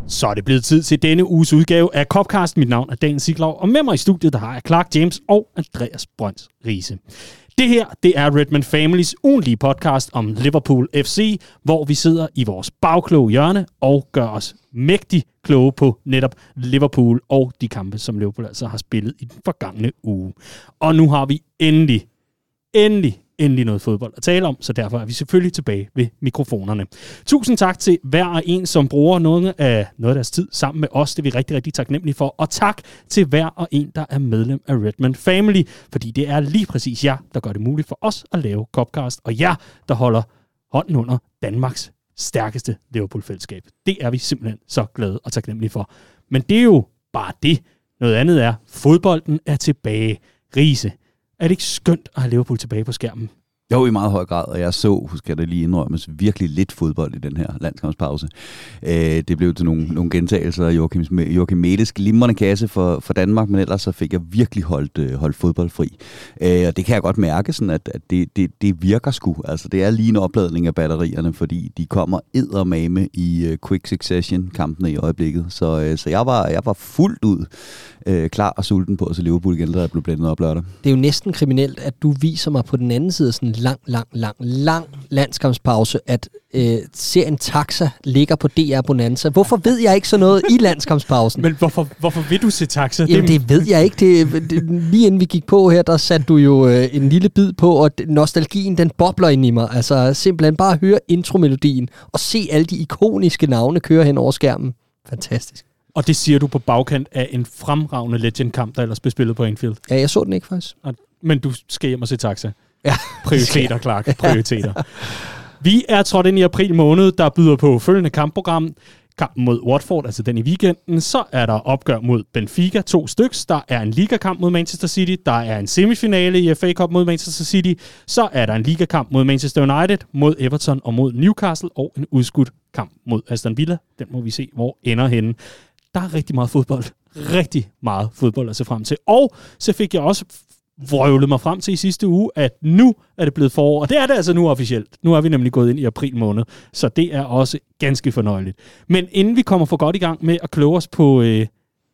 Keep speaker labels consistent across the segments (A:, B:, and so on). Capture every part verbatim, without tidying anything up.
A: Så er det blevet tid til denne uges udgave af Copcast. Mit navn er Dan Siglov, og med mig i studiet der har jeg Clark James og Andreas Brøns Riise. Det her, det er Redman Familys ugentlige podcast om Liverpool F C, hvor vi sidder i vores bagkloge hjørne og gør os mægtig kloge på netop Liverpool og de kampe, som Liverpool altså har spillet i den forgangne uge. Og nu har vi endelig, endelig, endelig noget fodbold at tale om, så derfor er vi selvfølgelig tilbage ved mikrofonerne. Tusind tak til hver og en, som bruger noget af, noget af deres tid sammen med os. Det er vi rigtig, rigtig taknemmelige for. Og tak til hver og en, der er medlem af Redman Family, fordi det er lige præcis jer, der gør det muligt for os at lave Copcast, og jer, der holder hånden under Danmarks stærkeste Liverpool-fællesskab. Det er vi simpelthen så glade og taknemmelige for. Men det er jo bare det. Noget andet er, fodbolden er tilbage. Riise. Er det ikke skønt at have Liverpool tilbage på skærmen?
B: Jo, i meget høj grad, og jeg så, skal det lige indrømmes, virkelig lidt fodbold i den her landskampspause. Øh, det blev til nogle, nogle gentagelser af Joachim, Joachim Medes glimrende kasse for, for Danmark, men ellers så fik jeg virkelig holdt, øh, holdt fodbold fri. Øh, og det kan jeg godt mærke, sådan at, at det, det, det virker sgu. Altså, det er lige en opladning af batterierne, fordi de kommer eddermame i uh, quick succession kampene i øjeblikket. Så, øh, så jeg, var, jeg var fuldt ud øh, klar og sulten på at se Liverpool igen, da jeg blev blændet op lørdag.
C: Det er jo næsten kriminelt, at du viser mig på den anden side sådan lang, lang, lang, lang landskampspause, at øh, serien Taxa ligger på D R Bonanza. Hvorfor ved jeg ikke så noget i landskampspausen?
A: Men hvorfor, hvorfor vil du se Taxa?
C: Jamen, det ved jeg ikke. Det, det, lige inden vi gik på her, der satte du jo øh, en lille bid på, og nostalgien, den bobler ind i mig. Altså simpelthen bare høre intromelodien, og se alle de ikoniske navne køre hen over skærmen. Fantastisk.
A: Og det siger du på bagkant af en fremragende Legend-kamp, der ellers blev spillet på Anfield.
C: Ja, jeg så den ikke faktisk.
A: Men du skal hjem og se Taxa.
C: Ja.
A: Prioriteter, Clark. Prioriteter. Vi er trådt ind i april måned, der byder på følgende kampprogram. Kampen mod Watford, altså den i weekenden. Så er der opgør mod Benfica, to styks. Der er en ligakamp mod Manchester City. Der er en semifinale i F A Cup mod Manchester City. Så er der en ligakamp mod Manchester United, mod Everton og mod Newcastle. Og en udskudt kamp mod Aston Villa. Den må vi se, hvor ender henne. Der er rigtig meget fodbold. Rigtig meget fodbold at se frem til. Og så fik jeg også vrøvlet mig frem til i sidste uge, at nu er det blevet forår, og det er det altså nu officielt. Nu er vi nemlig gået ind i april måned, så det er også ganske fornøjeligt. Men inden vi kommer for godt i gang med at kloge os på, øh,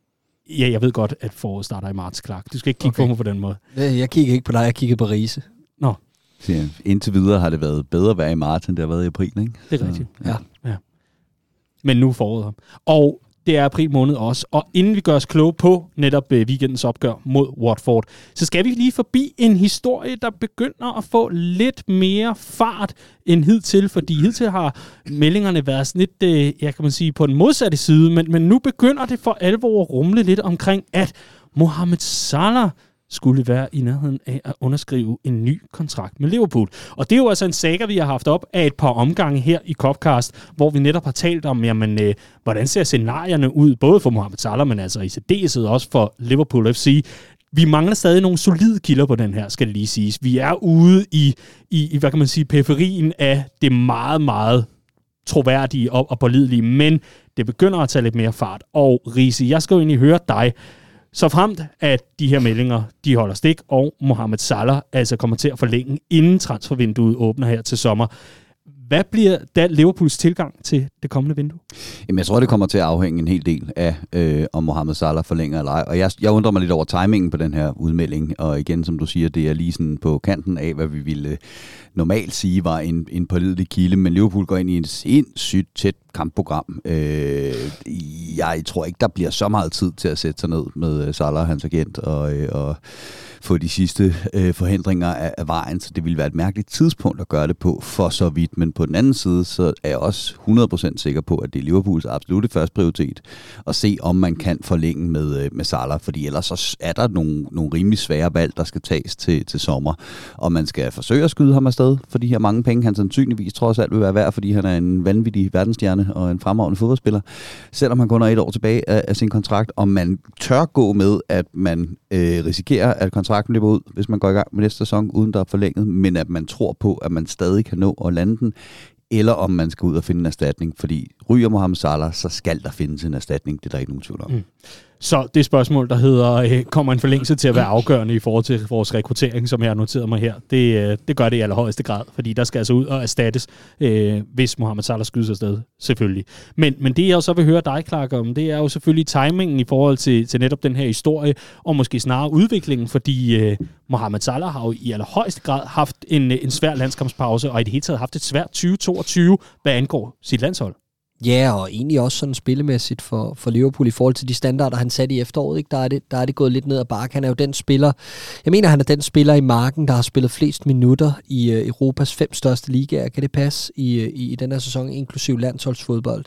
A: ja, jeg ved godt, at foråret starter i marts, Clark. Du skal ikke kigge okay. på mig på den måde.
C: Jeg kigger ikke på dig, jeg kigger på Riise.
A: Nå.
B: Så indtil videre har det været bedre at være i marts, end det har været i april, ikke?
A: Det er rigtigt.
C: Ja.
A: ja. Men nu er foråret her. Og det er april måned også. Og inden vi gør os kloge på netop weekendens opgør mod Watford, så skal vi lige forbi en historie, der begynder at få lidt mere fart end hidtil, fordi hidtil har meldingerne været sådan lidt, jeg kan man sige, på den modsatte side, men, men nu begynder det for alvor at rumle lidt omkring, at Mohamed Salah skulle være i nærheden af at underskrive en ny kontrakt med Liverpool. Og det er jo altså en saga, vi har haft op af et par omgange her i Copcast, hvor vi netop har talt om, jamen, øh, hvordan ser scenarierne ud, både for Mohamed Salah, men altså i særdeleshed også for Liverpool F C. Vi mangler stadig nogle solide kilder på den her, skal det lige siges. Vi er ude i, i, i hvad kan man sige, periferien af det meget, meget troværdige og, og pålidelige, men det begynder at tage lidt mere fart. Og Riise, jeg skal jo egentlig høre dig, så fremt, at de her meldinger, de holder stik, og Mohamed Salah altså kommer til at forlænge, inden transfervinduet åbner her til sommer. Hvad bliver da Liverpools tilgang til det kommende vindue?
B: Jamen, jeg tror, det kommer til at afhænge en hel del af, øh, om Mohamed Salah forlænger eller ej. Og jeg, jeg undrer mig lidt over timingen på den her udmelding. Og igen, som du siger, det er lige sådan på kanten af, hvad vi ville normalt sige var en, en pålidelig kilde. Men Liverpool går ind i en sindssygt tæt kampprogram. Øh, jeg tror ikke, der bliver så meget tid til at sætte sig ned med Salah og hans agent og, og få de sidste øh, forhindringer af, af vejen, så det ville være et mærkeligt tidspunkt at gøre det på for så vidt. Men på den anden side, så er jeg også hundrede procent sikker på, at det er Liverpools absolutte første prioritet at se, om man kan forlænge med, med Salah, fordi ellers så er der nogle, nogle rimelig svære valg, der skal tages til, til sommer, og man skal forsøge at skyde ham afsted for de her mange penge, han sandsynligvis trods alt vil være værd, fordi han er en vanvittig verdensstjerne og en fremragende fodboldspiller, selvom han kun er et år tilbage af, af sin kontrakt, og man tør gå med, at man øh, risikerer, at kontrakten løber ud, hvis man går i gang med næste sæson, uden der er forlænget, men at man tror på, at man stadig kan nå at lande den, eller om man skal ud og finde en erstatning, fordi ryger Mohamed Salah, så skal der findes en erstatning, det er der ikke nogen tvivl om. Mm.
A: Så det spørgsmål, der hedder, øh, kommer en forlængelse til at være afgørende i forhold til vores rekruttering, som jeg har noteret mig her, det, øh, det gør det i allerhøjeste grad, fordi der skal altså ud og erstattes, øh, hvis Mohamed Salah skydes afsted, selvfølgelig. Men, men det, jeg jo så vil høre dig, Clark, om, det er jo selvfølgelig timingen i forhold til, til netop den her historie, og måske snarere udviklingen, fordi øh, Mohamed Salah har jo i allerhøjeste grad haft en, en svær landskampspause, og i det hele taget haft et svært tyve toogtyve, hvad angår sit landshold.
C: Ja, og egentlig også sådan spillemæssigt for, for Liverpool i forhold til de standarder, han satte i efteråret. Ikke? Der, er det, der er det gået lidt ned ad bakke. Han er jo den spiller, jeg mener, han er den spiller i marken, der har spillet flest minutter i uh, Europas fem største ligaer. Kan det passe i, i, i den her sæson, inklusiv landsholdsfodbold?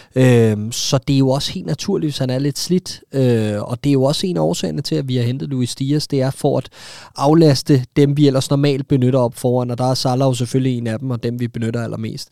C: Uh, så det er jo også helt naturligt, hvis han er lidt slidt. Uh, og det er jo også en af årsagerne til, at vi har hentet Luis Diaz. Det er for at aflaste dem, vi ellers normalt benytter op foran. Og der er Salah jo selvfølgelig en af dem, og dem vi benytter allermest.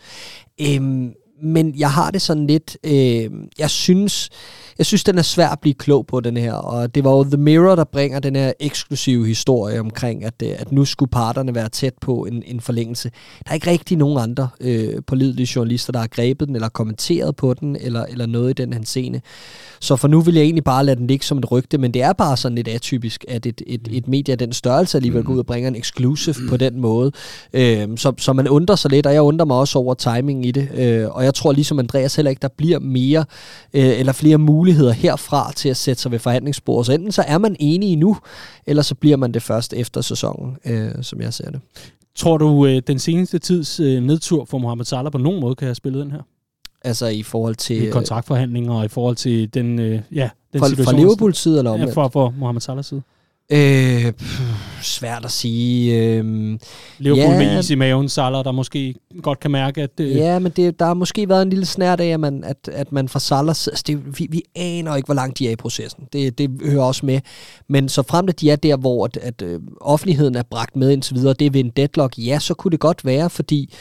C: Uh, Men jeg har det sådan lidt, øh, jeg synes, jeg synes, den er svær at blive klog på, den her. Og det var jo The Mirror, der bringer den her eksklusive historie omkring, at, at nu skulle parterne være tæt på en, en forlængelse. Der er ikke rigtig nogen andre øh, pålidelige journalister, der har grebet den, eller kommenteret på den, eller, eller noget i den henseende. Så for nu vil jeg egentlig bare lade den ligge som et rygte, men det er bare sådan lidt atypisk, at et, et, et medie af den størrelse alligevel går ud og bringer en exclusive på den måde. Øh, så, så man undrer sig lidt, og jeg undrer mig også over timingen i det. Øh, og jeg tror ligesom Andreas heller ikke, der bliver mere øh, eller flere muligheder herfra til at sætte sig ved forhandlingsbordet. Så enten så er man enige nu, eller så bliver man det først efter sæsonen, øh, som jeg ser det.
A: Tror du, øh, den seneste tids øh, nedtur for Mohamed Salah på nogen måde kan have spillet den her?
C: Altså i forhold til...
A: I kontraktforhandlinger og i forhold til den, øh, ja, den
C: fra,
A: situation.
C: Fra Liverpools side eller omvendt?
A: Ja, fra, fra Mohamed Salahs side.
C: Øh, pff, svært at sige. Øh,
A: Liverpool
C: ja,
A: med is i maven, Salah, der måske godt kan mærke, at... Øh,
C: ja, men det, der har måske været en lille snært af, at man, at, at man fra Salahs... Altså det, vi, vi aner ikke, hvor langt de er i processen. Det, det hører også med. Men så frem til de er der, hvor at, at, at offentligheden er bragt med indtil videre, det er ved en deadlock, ja, så kunne det godt være, fordi...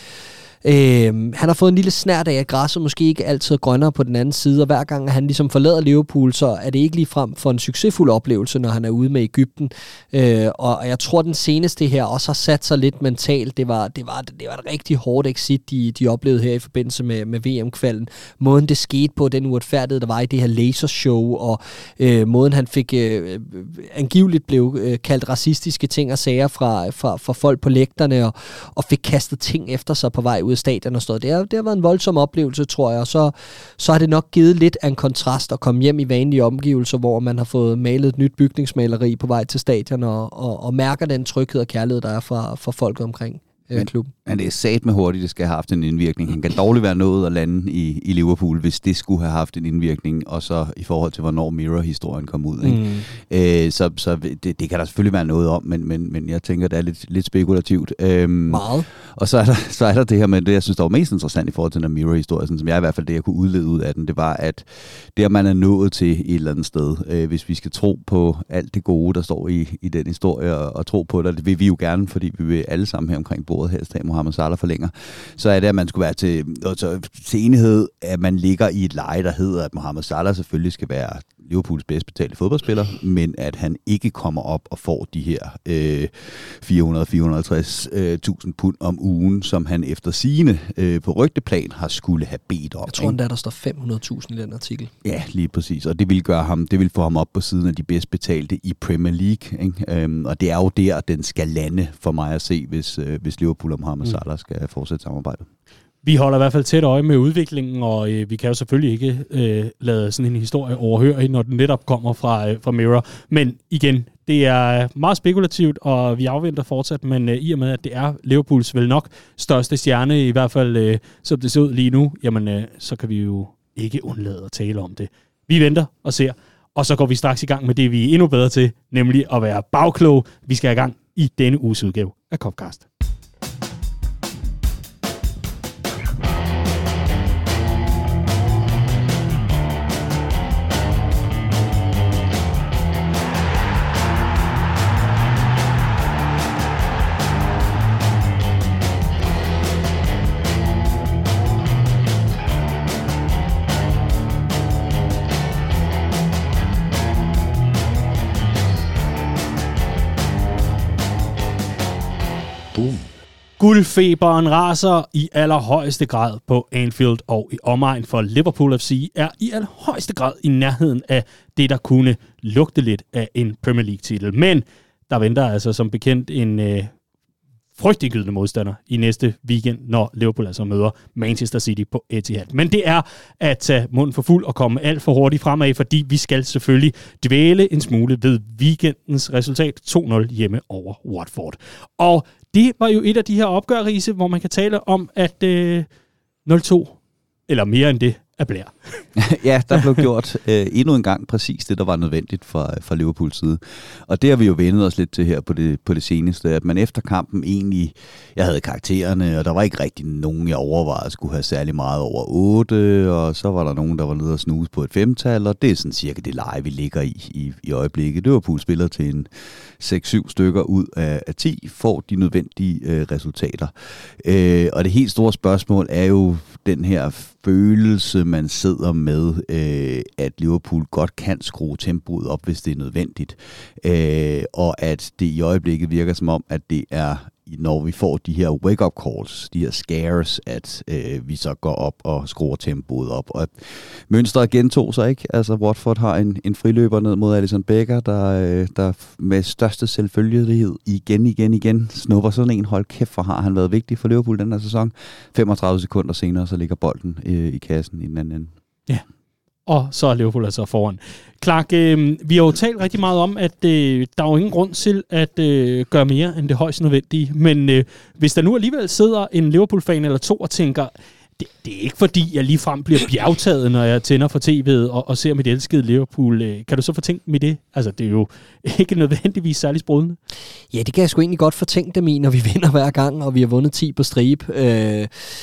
C: Øh, han har fået en lille snært af, at græsset måske ikke altid er grønnere på den anden side, og hver gang han ligesom forlader Liverpool, så er det ikke lige frem for en succesfuld oplevelse, når han er ude med Egypten. Øh, og jeg tror, den seneste her også har sat sig lidt mentalt. Det var, det var, det var et rigtig hårdt exit, de, de oplevede her i forbindelse med, med V M-kvalden. Måden det skete på, den uretfærdighed, der var i det her lasershow, og øh, måden han fik øh, angiveligt blev øh, kaldt racistiske ting og sager fra, fra, fra folk på lægterne, og, og fik kastet ting efter sig på vej ud af stadion og sådan noget. Det har været en voldsom oplevelse, tror jeg, og så, så har det nok givet lidt af en kontrast at komme hjem i vanlige omgivelser, hvor man har fået malet et nyt bygningsmaleri på vej til stadion, og, og, og mærker den tryghed og kærlighed, der er fra, fra folket omkring øh, klubben.
B: Men det er sat med hurtigt, det skal have haft en indvirkning. Han kan dårligt være nået at lande i, i Liverpool, hvis det skulle have haft en indvirkning, og så i forhold til, hvornår Mirror-historien kom ud. Ikke? Mm. Øh, så så det, det kan der selvfølgelig være noget om, men, men, men jeg tænker, det er lidt, lidt spekulativt. Øhm,
C: Meget.
B: Og så er, der, så er der det her med, det jeg synes, der var mest interessant i forhold til den Mirror-historie, som jeg i hvert fald det, jeg kunne udlede ud af den, det var, at det, at man er nået til et eller andet sted, øh, hvis vi skal tro på alt det gode, der står i, i den historie, og, og tro på det, det vil vi jo gerne, fordi vi vil alle sammen her omkring bordet helst have Mohamed Salah forlænger, så er det, at man skulle være til, altså, til enighed, at man ligger i et leje, der hedder, at Mohamed Salah selvfølgelig skal være Liverpools bedst betalte fodboldspiller, men at han ikke kommer op og får de her øh, fire hundrede til fire hundrede og halvtreds tusind pund om ugen, som han efter sigende øh, på rygteplan har skulle have bedt om.
C: Jeg tror endda, der står fem hundrede tusind i den artikel.
B: Ja, lige præcis. Og det vil gøre ham, det vil få ham op på siden af de bedst betalte i Premier League. Ikke? Øhm, og det er jo der, den skal lande for mig at se, hvis, øh, hvis Liverpool og Mohamed Salah skal fortsætte samarbejdet.
A: Vi holder i hvert fald tæt øje med udviklingen, og øh, vi kan jo selvfølgelig ikke øh, lade sådan en historie overhøre, når den netop kommer fra, øh, fra Mirror. Men igen, det er meget spekulativt, og vi afventer fortsat, men øh, i og med, at det er Liverpools vel nok største stjerne, i hvert fald øh, som det ser ud lige nu, jamen øh, så kan vi jo ikke undlade at tale om det. Vi venter og ser, og så går vi straks i gang med det, vi er endnu bedre til, nemlig at være bagklog. Vi skal i gang i denne uges udgave af Copcast.
D: Boom.
A: Guldfeberen raser i allerhøjeste grad på Anfield, og i omegn for Liverpool F C er i allerhøjeste grad i nærheden af det, der kunne lugte lidt af en Premier League-titel. Men der venter altså som bekendt en øh, frygtindgydende modstander i næste weekend, når Liverpool altså møder Manchester City på Etihad. Men det er at tage munden for fuld og komme alt for hurtigt fremad, fordi vi skal selvfølgelig dvæle en smule ved weekendens resultat to nul hjemme over Watford. Og det var jo et af de her opgør, Riese, hvor man kan tale om, at øh, nul to, eller mere end det, er blær.
B: Ja, der blev gjort øh, endnu en gang præcis det, der var nødvendigt fra, fra Liverpools side. Og det har vi jo vendet os lidt til her på det, på det seneste, at man efter kampen egentlig, jeg havde karaktererne, og der var ikke rigtig nogen, jeg overvejede skulle have særlig meget over otte, og så var der nogen, der var nede og snuse på et femtal, og det er sådan cirka det leje, vi ligger i i, i øjeblikket. Liverpool spiller til en seks syv stykker ud af, af ti, får de nødvendige øh, resultater. Øh, og det helt store spørgsmål er jo den her følelse, man sidder med, øh, at Liverpool godt kan skrue tempoet op, hvis det er nødvendigt. Øh, og at det i øjeblikket virker som om, at det er, når vi får de her wake-up calls, de her scares, at øh, vi så går op og skruer tempoet op. Og mønstret gentog sig ikke. Altså, Watford har en, en friløber ned mod Alisson Becker, der, øh, der med største selvfølgelighed igen, igen, igen snupper sådan en. Hold kæft, for har han været vigtig for Liverpool den her sæson. femogtredive sekunder senere, så ligger bolden øh, i kassen i den anden ende.
A: Ja, og så er Liverpool altså foran. Clark, øh, vi har jo talt rigtig meget om, at øh, der er jo ingen grund til at øh, gøre mere end det højst nødvendige. Men øh, hvis der nu alligevel sidder en Liverpool-fan eller to og tænker, det, det er ikke fordi, jeg ligefrem bliver bjergtaget, når jeg tænder for tv'et og, og ser mit elskede Liverpool. Øh, kan du så fortænke mig det? Altså, det er jo ikke nødvendigvis særlig sprudlende.
C: Ja, det kan jeg sgu egentlig godt fortænke dem i, når vi vinder hver gang, og vi har vundet ti på stribe. Øh,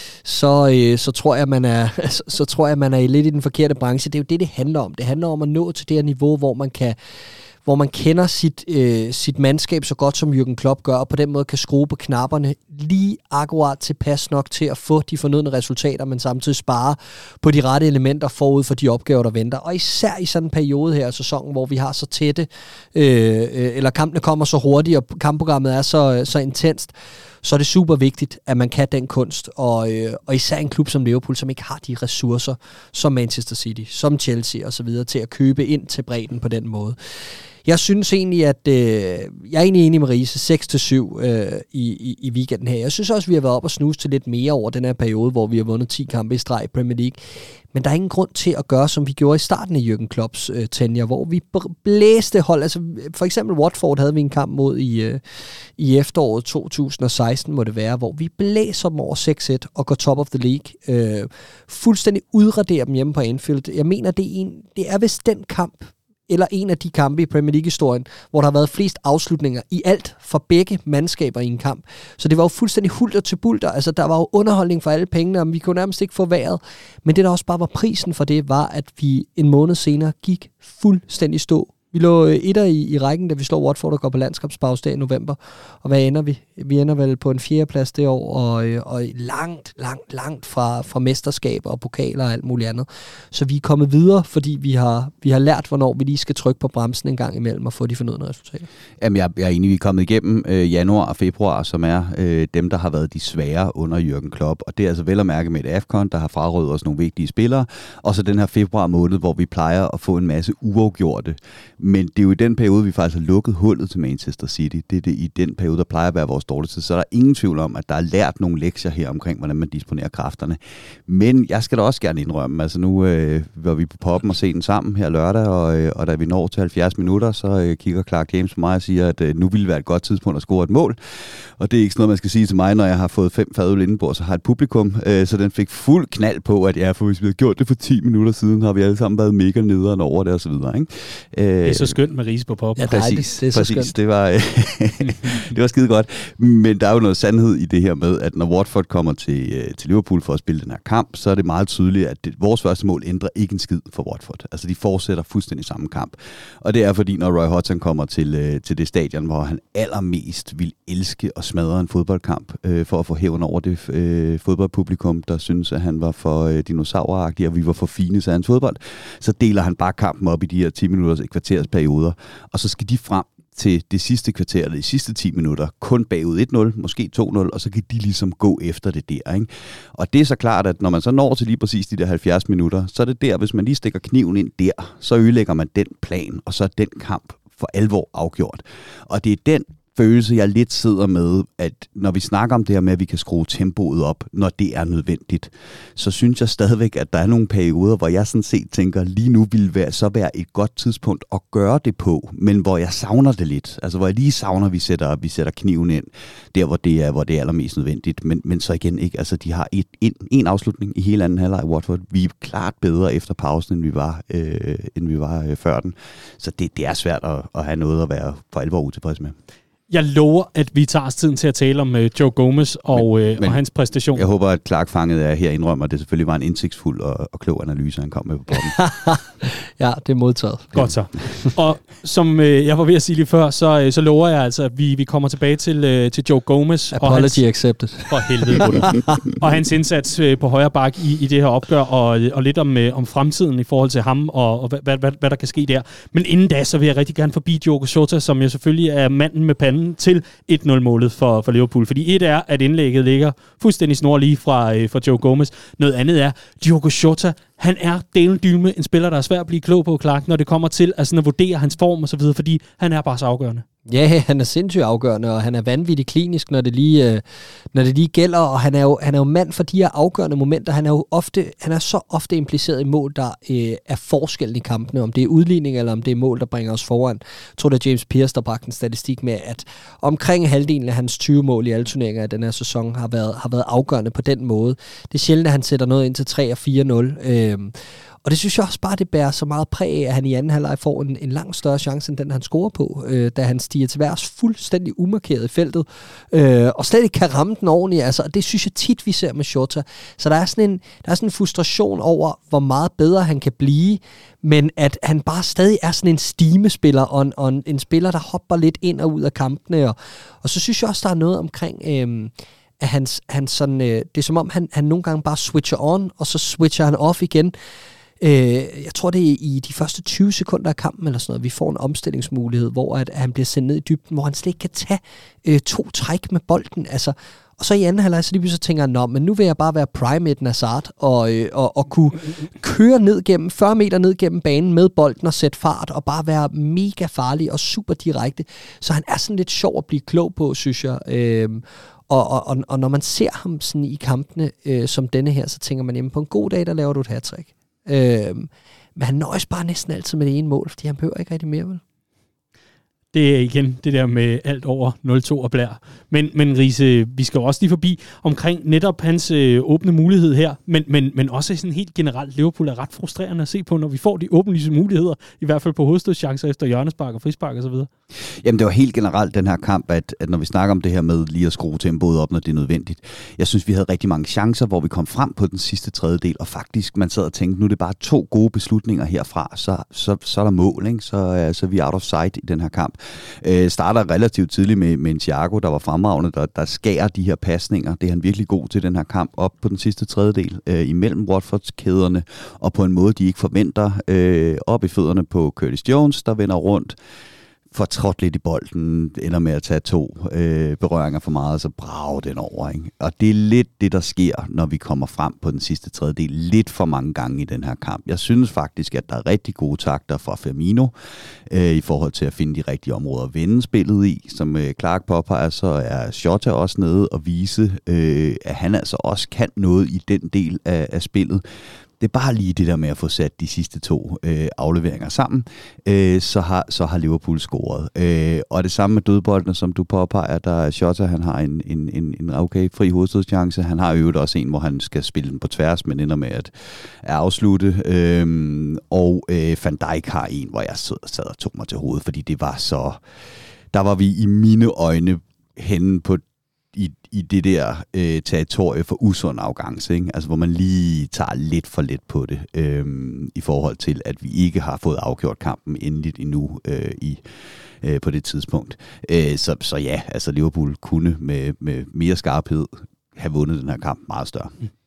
C: så, øh, så, tror jeg, man er, så, så tror jeg, man er lidt i den forkerte branche. Det er jo det, det handler om. Det handler om at nå til det her niveau, hvor man kan hvor man kender sit, øh, sit mandskab så godt, som Jürgen Klopp gør, og på den måde kan skrue på knapperne lige akkurat tilpas nok til at få de fornødne resultater, men samtidig spare på de rette elementer forud for de opgaver, der venter. Og især i sådan en periode her af sæsonen, hvor vi har så tætte, øh, eller kampene kommer så hurtigt, og kampprogrammet er så, så intenst, så er det super vigtigt, at man kan den kunst, og, øh, og især en klub som Liverpool, som ikke har de ressourcer, som Manchester City, som Chelsea osv., til at købe ind til bredden på den måde. Jeg synes egentlig, at øh, jeg er egentlig enig med Riese, seks til syv øh, i, i, i weekenden her. Jeg synes også, vi har været op og snuse til lidt mere over den her periode, hvor vi har vundet ti kampe i streg i Premier League. Men der er ingen grund til at gøre, som vi gjorde i starten af Jürgen Klopps øh, tenure, hvor vi blæste hold. Altså, for eksempel Watford havde vi en kamp mod i, øh, i efteråret to tusind og seksten, må det være, hvor vi blæser dem over seks et og går top of the league. Øh, fuldstændig udraderer dem hjemme på Anfield. Jeg mener, det er, en, det er vist den kamp, eller en af de kampe i Premier League-historien, hvor der har været flest afslutninger i alt for begge mandskaber i en kamp. Så det var jo fuldstændig hulter til bulter. Altså, der var jo underholdning for alle pengene, og vi kunne nærmest ikke få vejret. Men det, der også bare var prisen for det, var, at vi en måned senere gik fuldstændig stå. Vi lå etter i, i rækken, da vi slår Watford og går på landskabspause der i november. Og hvad ender vi? Vi ender vel på en fjerdeplads det år, og, og langt, langt, langt fra, fra mesterskaber og pokaler og alt muligt andet. Så vi er kommet videre, fordi vi har, vi har lært, hvornår vi lige skal trykke på bremsen en gang imellem og få de fornødne resultater.
B: Jamen, jeg, jeg er enig, vi er kommet igennem øh, januar og februar, som er øh, dem, der har været de svære under Jürgen Klopp. Og det er altså vel at mærke med et AFCON, der har frarøvet os nogle vigtige spillere. Og så den her februar måned, hvor vi plejer at få en masse uafgjorte. Men det er jo i den periode, vi faktisk har lukket hullet til Manchester City. Det er det i den periode, der plejer at være vores dårligste. Så der er ingen tvivl om, at der er lært nogle lektier her omkring, hvordan man disponerer kræfterne. Men jeg skal da også gerne indrømme, altså nu øh, var vi på poppen og se den sammen her lørdag, og, øh, og da vi når til halvfjerds minutter, så øh, kigger Clark James på mig og siger, at øh, nu ville være et godt tidspunkt at score et mål. Og det er ikke sådan noget, man skal sige til mig, når jeg har fået fem fadøl indenbord, så har et publikum. Øh, så den fik fuld knald på, at ja, for hvis vi havde gjort det for ti minutter siden, har vi alle sammen været mega nederen over det og så videre. Ikke? Øh,
A: det er så skønt med Riise på poppen.
C: Ja,
B: præcis,
C: det, det, er
B: præcis. Det var, det var skide godt. Men der er jo noget sandhed i det her med, at når Watford kommer til, til Liverpool for at spille den her kamp, så er det meget tydeligt, at det, vores første mål ændrer ikke en skid for Watford. Altså de fortsætter fuldstændig samme kamp. Og det er fordi, når Roy Hodgson kommer til, til det stadion, hvor han allermest vil elske og smadre en fodboldkamp, øh, for at få hævn over det øh, fodboldpublikum, der synes, at han var for øh, dinosauragtig, og vi var for fine til hans fodbold, så deler han bare kampen op i de her ti minutters kvarters perioder. Og så skal de frem til det sidste kvarter, eller de sidste ti minutter, kun bagud et nul, måske to nul, og så kan de ligesom gå efter det der, ikke? Og det er så klart, at når man så når til lige præcis de der halvfjerds minutter, så er det der, hvis man lige stikker kniven ind der, så ødelægger man den plan, og så er den kamp for alvor afgjort. Og det er den følelse, jeg lidt sidder med, at når vi snakker om det her med, at vi kan skrue tempoet op, når det er nødvendigt, så synes jeg stadigvæk, at der er nogle perioder, hvor jeg sådan set tænker, lige nu vil være, så være et godt tidspunkt at gøre det på, men hvor jeg savner det lidt. Altså hvor jeg lige savner, at vi sætter, vi sætter kniven ind, der hvor det er, hvor det er allermest nødvendigt. Men, men så igen ikke, altså de har et, en, en afslutning i hele anden halvleg i Watford. Vi er klart bedre efter pausen, end vi var, øh, end vi var øh, før den. Så det, det er svært at, at have noget at være for alvor utilfreds med.
A: Jeg lover, at vi tager os tiden til at tale om uh, Joe Gomez og, men, uh, men og hans præstation.
B: Jeg håber, at Clark fanget er her indrømmer, at det selvfølgelig var en indsigtsfuld og, og klog analyse, han kom med på bolden.
C: Ja, det er modtaget.
A: Godt så. Og som uh, jeg var ved at sige lige før, så, uh, så lover jeg altså, at vi, vi kommer tilbage til, uh, til Joe Gomez.
C: Apology
A: og hans,
C: accepted.
A: For helvede. og hans indsats uh, på højre bak i, i det her opgør, og, og lidt om, uh, om fremtiden i forhold til ham, og, og hvad, hvad, hvad, hvad der kan ske der. Men inden da, så vil jeg rigtig gerne forbi Diogo Jota, som jo selvfølgelig er manden med panden til et nul-målet for, for Liverpool. Fordi et er, at indlægget ligger fuldstændig snorlige fra, øh, fra Joe Gomez. Noget andet er, Diogo Jota, han er delen dyme, en spiller, der er svær at blive klog på, Clark, når det kommer til altså, at vurdere hans form og så videre, fordi han er bare så afgørende.
C: Ja, han er sindssygt afgørende, og han er vanvittigt klinisk, når det lige, øh, når det lige gælder, og han er, jo, han er jo mand for de her afgørende momenter. Han er jo ofte, han er så ofte impliceret i mål, der øh, er forskellen i kampene, om det er udligning, eller om det er mål, der bringer os foran. Jeg tror, det er James Pearce, der bragte en statistik med, at omkring halvdelen af hans tyve mål i alle turneringer af den her sæson har været, har været afgørende på den måde. Det er sjældent, at han sætter noget ind til tre og fire nul. Øh, Og det synes jeg også bare, det bærer så meget præg af, at han i anden halvleg får en, en langt større chance, end den han scorer på, øh, da han stiger til værs fuldstændig umarkeret i feltet, øh, og slet ikke kan ramme den ordentligt. Altså, det synes jeg tit, vi ser med Jota. Så der er, sådan en, der er sådan en frustration over, hvor meget bedre han kan blive, men at han bare stadig er sådan en stimespiller, og en, og en, en spiller, der hopper lidt ind og ud af kampene. Og, og så synes jeg også, der er noget omkring... Øh, at hans, hans sådan, øh, det er som om, han, han nogle gange bare switcher on, og så switcher han off igen. Øh, jeg tror, det er i de første tyve sekunder af kampen, eller sådan noget, vi får en omstillingsmulighed, hvor at, at han bliver sendt ned i dybden, hvor han slet ikke kan tage øh, to træk med bolden. Altså, og så i anden halvleg, så lige så tænker jeg, nå, men nu vil jeg bare være prime Eden Hazard, og, øh, og, og kunne køre ned gennem, fyrre meter ned gennem banen med bolden og sætte fart, og bare være mega farlig og super direkte. Så han er sådan lidt sjov at blive klog på, synes jeg. Øh, Og, og, og, og når man ser ham sådan i kampene øh, som denne her, så tænker man, jamen på en god dag, der laver du et hattrick. Øh, men han nøjes bare næsten altid med det ene mål, fordi han behøver ikke rigtig mere, vel?
A: Det er igen det der med alt over nul to og blær. Men, men Riese, vi skal jo også lige forbi omkring netop hans øh, åbne mulighed her, men, men, men også sådan helt generelt, Liverpool er ret frustrerende at se på, når vi får de åbenlyse muligheder, i hvert fald på hovedstødschancer efter hjørnespark og frispark og så videre.
B: Jamen det var helt generelt den her kamp, at, at når vi snakker om det her med lige at skrue tempoet op, når det er nødvendigt. Jeg synes, vi havde rigtig mange chancer, hvor vi kom frem på den sidste tredjedel, og faktisk man sad og tænkte, nu er det bare to gode beslutninger herfra, så, så, så er der mål, ikke? Så, så er vi out of sight i den her kamp. Øh, starter relativt tidligt med, med en Thiago, der var fremragende, der, der skærer de her pasninger. Det er han virkelig god til, den her kamp, op på den sidste tredjedel, øh, imellem Watfords kæderne, og på en måde, de ikke forventer, øh, op i fødderne på Curtis Jones, der vender rundt, får trådt lidt i bolden, ender med at tage to øh, berøringer for meget, så brager den over. Ikke? Og det er lidt det, der sker, når vi kommer frem på den sidste tredjedel, lidt for mange gange i den her kamp. Jeg synes faktisk, at der er rigtig gode takter fra Firmino, øh, i forhold til at finde de rigtige områder at vende spillet i. Som øh, Clark påpeger, så er Jota også nede og vise, øh, at han altså også kan noget i den del af, af spillet. Det er bare lige det der med at få sat de sidste to øh, afleveringer sammen, øh, så, har, så har Liverpool scoret. Øh, og det samme med dødboldene, som du påpeger, der er Jota, han har en, en, en, en okay fri hovedstødschance. Han har øvet også en, hvor han skal spille den på tværs, men ender med at, at afslutte. Øh, og øh, Van Dijk har en, hvor jeg sad, sad og tog mig til hovedet, fordi det var så... Der var vi i mine øjne henne på I, i det der øh, territorie for usund afgangse, ikke? Altså hvor man lige tager lidt for let på det, øh, i forhold til, at vi ikke har fået afgjort kampen endeligt endnu øh, i, øh, på det tidspunkt. Øh, så, så ja, altså Liverpool kunne med, med mere skarphed have vundet den her kamp meget større.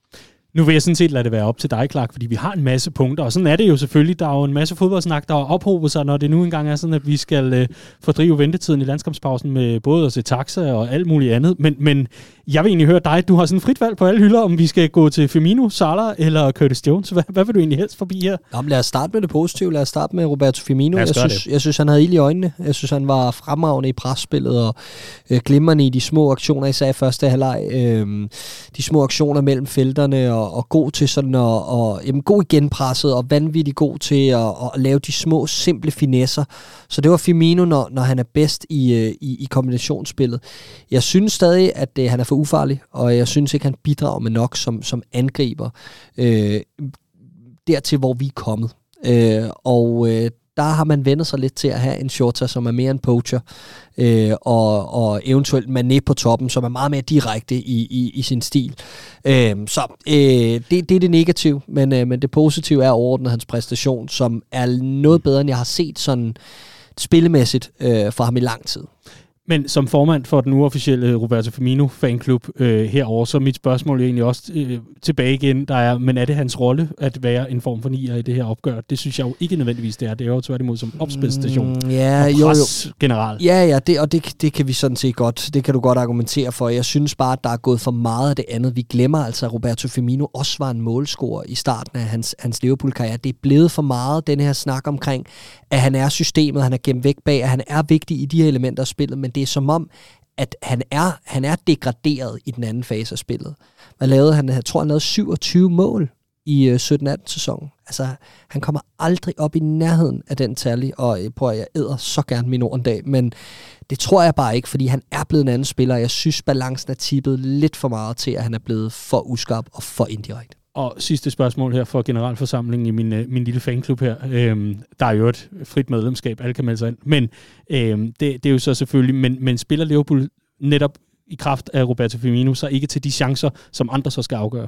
A: Nu vil jeg sådan set lade det være op til dig, Clark, fordi vi har en masse punkter, og sådan er det jo selvfølgelig. Der er jo en masse fodboldsnak, der har ophobet sig, når det nu engang er sådan, at vi skal øh, fordrive ventetiden i landskampspausen med både at se taxa og alt muligt andet. Men, men jeg vil egentlig høre dig, du har sådan frit valg på alle hylder, om vi skal gå til Firmino, Salah eller Curtis Jones. Hvad, hvad vil du egentlig helst forbi her?
C: Jamen, lad os starte med det positive. Lad os starte med Roberto Firmino. Jeg synes,
A: det.
C: jeg synes, han havde ild i øjnene. Jeg synes, han var fremragende i presspillet og øh, glimrende i de små aktioner, især i første halvleg. Øh, de små aktioner mellem felterne og, og god til sådan at, og, jamen, god i genpresset og vanvittigt god til at, at lave de små, simple finesser. Så det var Firmino, når, når han er bedst i, i, i kombinationsspillet. Jeg synes stadig, at øh, han er for ufarlig, og jeg synes ikke, han bidrager med nok som, som angriber øh, dertil, hvor vi er kommet. Øh, og øh, der har man vendt sig lidt til at have en Jota, som er mere en poacher, øh, og, og eventuelt Mané på toppen, som er meget mere direkte i, i, i sin stil. Øh, så øh, det, det er det negative, men, øh, men det positive er overordnet hans præstation, som er noget bedre, end jeg har set sådan spillemæssigt øh, for ham i lang tid.
A: Men som formand for den uofficielle Roberto Firmino fanklub øh, herover, så er mit spørgsmål egentlig også øh, tilbage igen, der er, men er det hans rolle at være en form for nier i det her opgør? Det synes jeg jo ikke nødvendigvis, det er. Det er jo tværtimod som opspilstation
C: mm, ja,
A: og pres
C: jo, jo.
A: generelt.
C: Ja, ja, det, og det, det kan vi sådan set godt, det kan du godt argumentere for. Jeg synes bare, at der er gået for meget af det andet. Vi glemmer altså, at Roberto Firmino også var en målscorer i starten af hans, hans Liverpool-karriere. Det er blevet for meget, den her snak omkring, at han er systemet, han er gemt væk bag, at han er vigtig i de her elementer af spillet, men det er som om, at han er, han er degraderet i den anden fase af spillet. Hvad lavede han? Jeg tror, han lavede syvogtyve mål i sytten atten sæsonen. Altså, han kommer aldrig op i nærheden af den tally, og prøv at jeg æder så gerne min ord en dag, men det tror jeg bare ikke, fordi han er blevet en anden spiller, og jeg synes, balancen er tippet lidt for meget til, at han er blevet for uskarp og for indirekte.
A: Og sidste spørgsmål her for generalforsamlingen i min, min lille fanklub her. Øhm, der er jo et frit medlemskab, alle kan melde sig ind. Men øhm, det, det er jo så selvfølgelig, men, men spiller Liverpool netop i kraft af Roberto Firmino så ikke til de chancer, som andre så skal afgøre?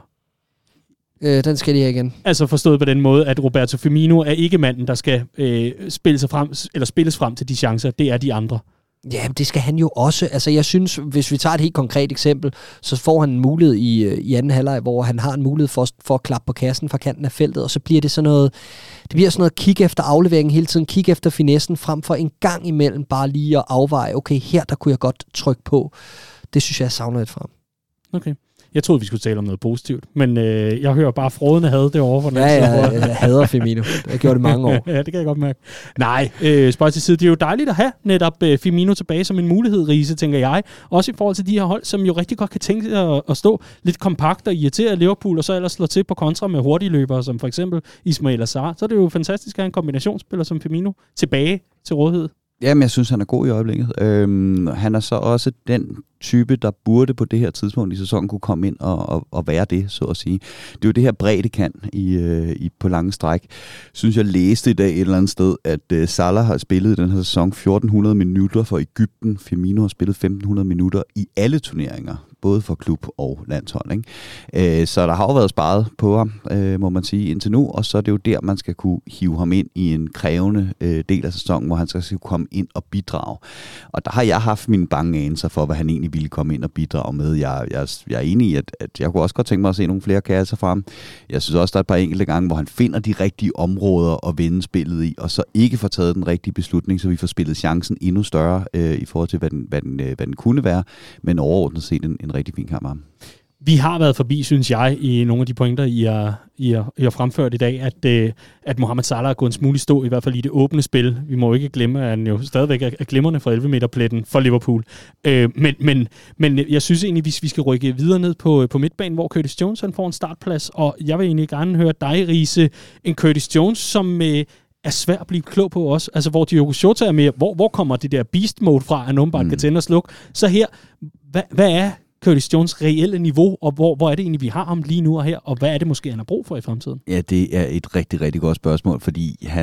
C: Øh, den skal de have igen.
A: Altså forstået på den måde, at Roberto Firmino er ikke manden, der skal øh, spille sig frem, eller spilles frem til de chancer. Det er de andre.
C: Ja, det skal han jo også. Altså, jeg synes, hvis vi tager et helt konkret eksempel, så får han en mulighed i, i anden halvleg, hvor han har en mulighed for, for at klappe på kassen fra kanten af feltet, og så bliver det sådan noget, det bliver sådan noget kig efter afleveringen hele tiden, kig efter finessen, frem for en gang imellem bare lige at afveje, okay, her der kunne jeg godt trykke på. Det synes jeg, jeg savner lidt fra ham.
A: Okay. Jeg troede, vi skulle tale om noget positivt, men øh, jeg hører bare frådende had derovre. For den
C: ja, ja, jeg, jeg hader Firmino. Det har gjort det mange år.
A: Ja, det kan jeg godt mærke. Nej, øh, spøj til side. Det er jo dejligt at have netop øh, Firmino tilbage som en mulighed, Riese, tænker jeg. Også i forhold til de her hold, som jo rigtig godt kan tænke sig at, at stå lidt kompakt og irritere Liverpool, og så ellers slå til på kontra med hurtige løbere, som for eksempel Ismail Assar. Så er det jo fantastisk at have en kombinationsspiller som Firmino tilbage til rådighed.
B: Jamen, jeg synes, han er god i øjeblikket. Øhm, han er så også den type, der burde på det her tidspunkt i sæsonen kunne komme ind og, og, og være det, så at sige. Det er jo det her bredde kan i, øh, i, på lange stræk. Synes jeg læste i dag et eller andet sted, at øh, Salah har spillet i den her sæson fjorten hundrede minutter for Egypten. Firmino har spillet femten hundrede minutter i alle turneringer, både for klub og landshold. Ikke? Øh, så der har jo været sparet på ham, øh, må man sige, indtil nu, og så er det jo der, man skal kunne hive ham ind i en krævende øh, del af sæsonen, hvor han skal kunne komme ind og bidrage. Og der har jeg haft mine bange anelser for, hvad han egentlig ville komme ind og bidrage med. Jeg, jeg, jeg er enig i, at, at jeg kunne også godt tænke mig at se nogle flere kasser fra ham. Jeg synes også, der er et par enkelte gange, hvor han finder de rigtige områder at vende spillet i, og så ikke får taget den rigtige beslutning, så vi får spillet chancen endnu større øh, i forhold til, hvad den, hvad, den, øh, hvad den kunne være, men overordnet set en, en rigtig fin kamp af ham.
A: Vi har været forbi, synes jeg, i nogle af de pointer, I har, I har, I har fremført i dag, at, øh, at Mohamed Salah er gået en smule stå, i hvert fald i det åbne spil. Vi må jo ikke glemme, at han jo stadigvæk er glimrende fra elleve meter pletten for Liverpool. Øh, men, men, men jeg synes egentlig, hvis vi skal rykke videre ned på, på midtbanen, hvor Curtis Jones han får en startplads, og jeg vil egentlig gerne høre dig, Riese, en Curtis Jones, som øh, er svær at blive klog på også. Altså, hvor Diogo Jota er mere, hvor, hvor kommer det der beast mode fra, at nogen bare mm. kan tænde og slukke. Så her, hvad, hvad er Curtis Jones reelle niveau, og hvor, hvor er det egentlig, vi har ham lige nu og her, og hvad er det måske, han har brug for i fremtiden?
B: Ja, det er et rigtig, rigtig godt spørgsmål, fordi han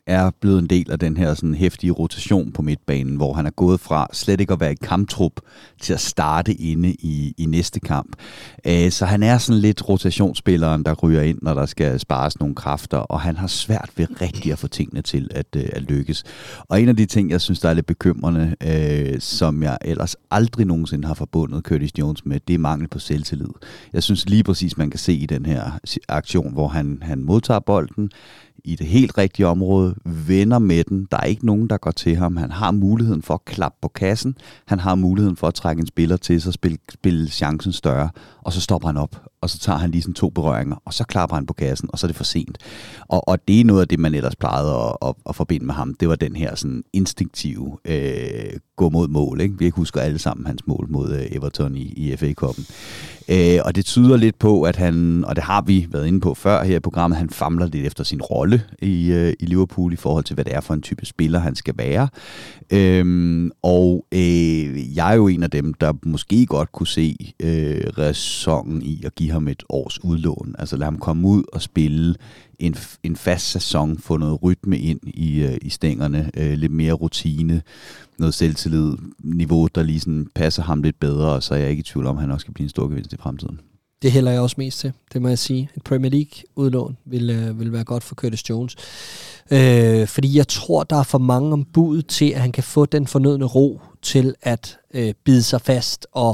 B: er blevet en del af den her sådan heftige rotation på midtbanen, hvor han er gået fra slet ikke at være i kamptrup til at starte inde i, i næste kamp. Øh, så han er sådan lidt rotationsspilleren, der ryger ind, når der skal spares nogle kræfter, og han har svært ved rigtig at få tingene til at, øh, at lykkes. Og en af de ting, jeg synes, der er lidt bekymrende, øh, som jeg ellers aldrig nogensinde har forbundet Curtis Jones med, det er mangel på selvtillid. Jeg synes lige præcis, man kan se i den her aktion, hvor han, han modtager bolden i det helt rigtige område, vender med den. Der er ikke nogen, der går til ham. Han har muligheden for at klappe på kassen. Han har muligheden for at trække en spiller til sig, spille, spille chancen større, og så stopper han op, og så tager han lige sådan to berøringer, og så klapper han på kassen, og så er det for sent. Og, og det er noget af det, man ellers plejede at, at, at forbinde med ham. Det var den her sådan instinktive øh, gå mod mål. Ikke? Vi husker alle sammen hans mål mod øh, Everton i, i F A-cuppen. Øh, og det tyder lidt på, at han, og det har vi været inde på før her i programmet, han famler lidt efter sin rolle i, øh, i Liverpool i forhold til, hvad det er for en type spiller, han skal være. Øhm, og øh, jeg er jo en af dem, der måske godt kunne se øh, ræsonen i at give ham et års udlån. Altså lade ham komme ud og spille en, en fast sæson, få noget rytme ind i, øh, i stængerne, øh, lidt mere rutine, noget selvtillid, niveau, der lige sådan passer ham lidt bedre, og så er jeg ikke i tvivl om, at han også skal blive en stor gevinst i fremtiden.
C: Det hælder jeg også mest til, det må jeg sige. Et Premier League-udlån vil, øh, vil være godt for Curtis Jones. Øh, fordi jeg tror, der er for mange om budet til, at han kan få den fornødne ro til at øh, bide sig fast og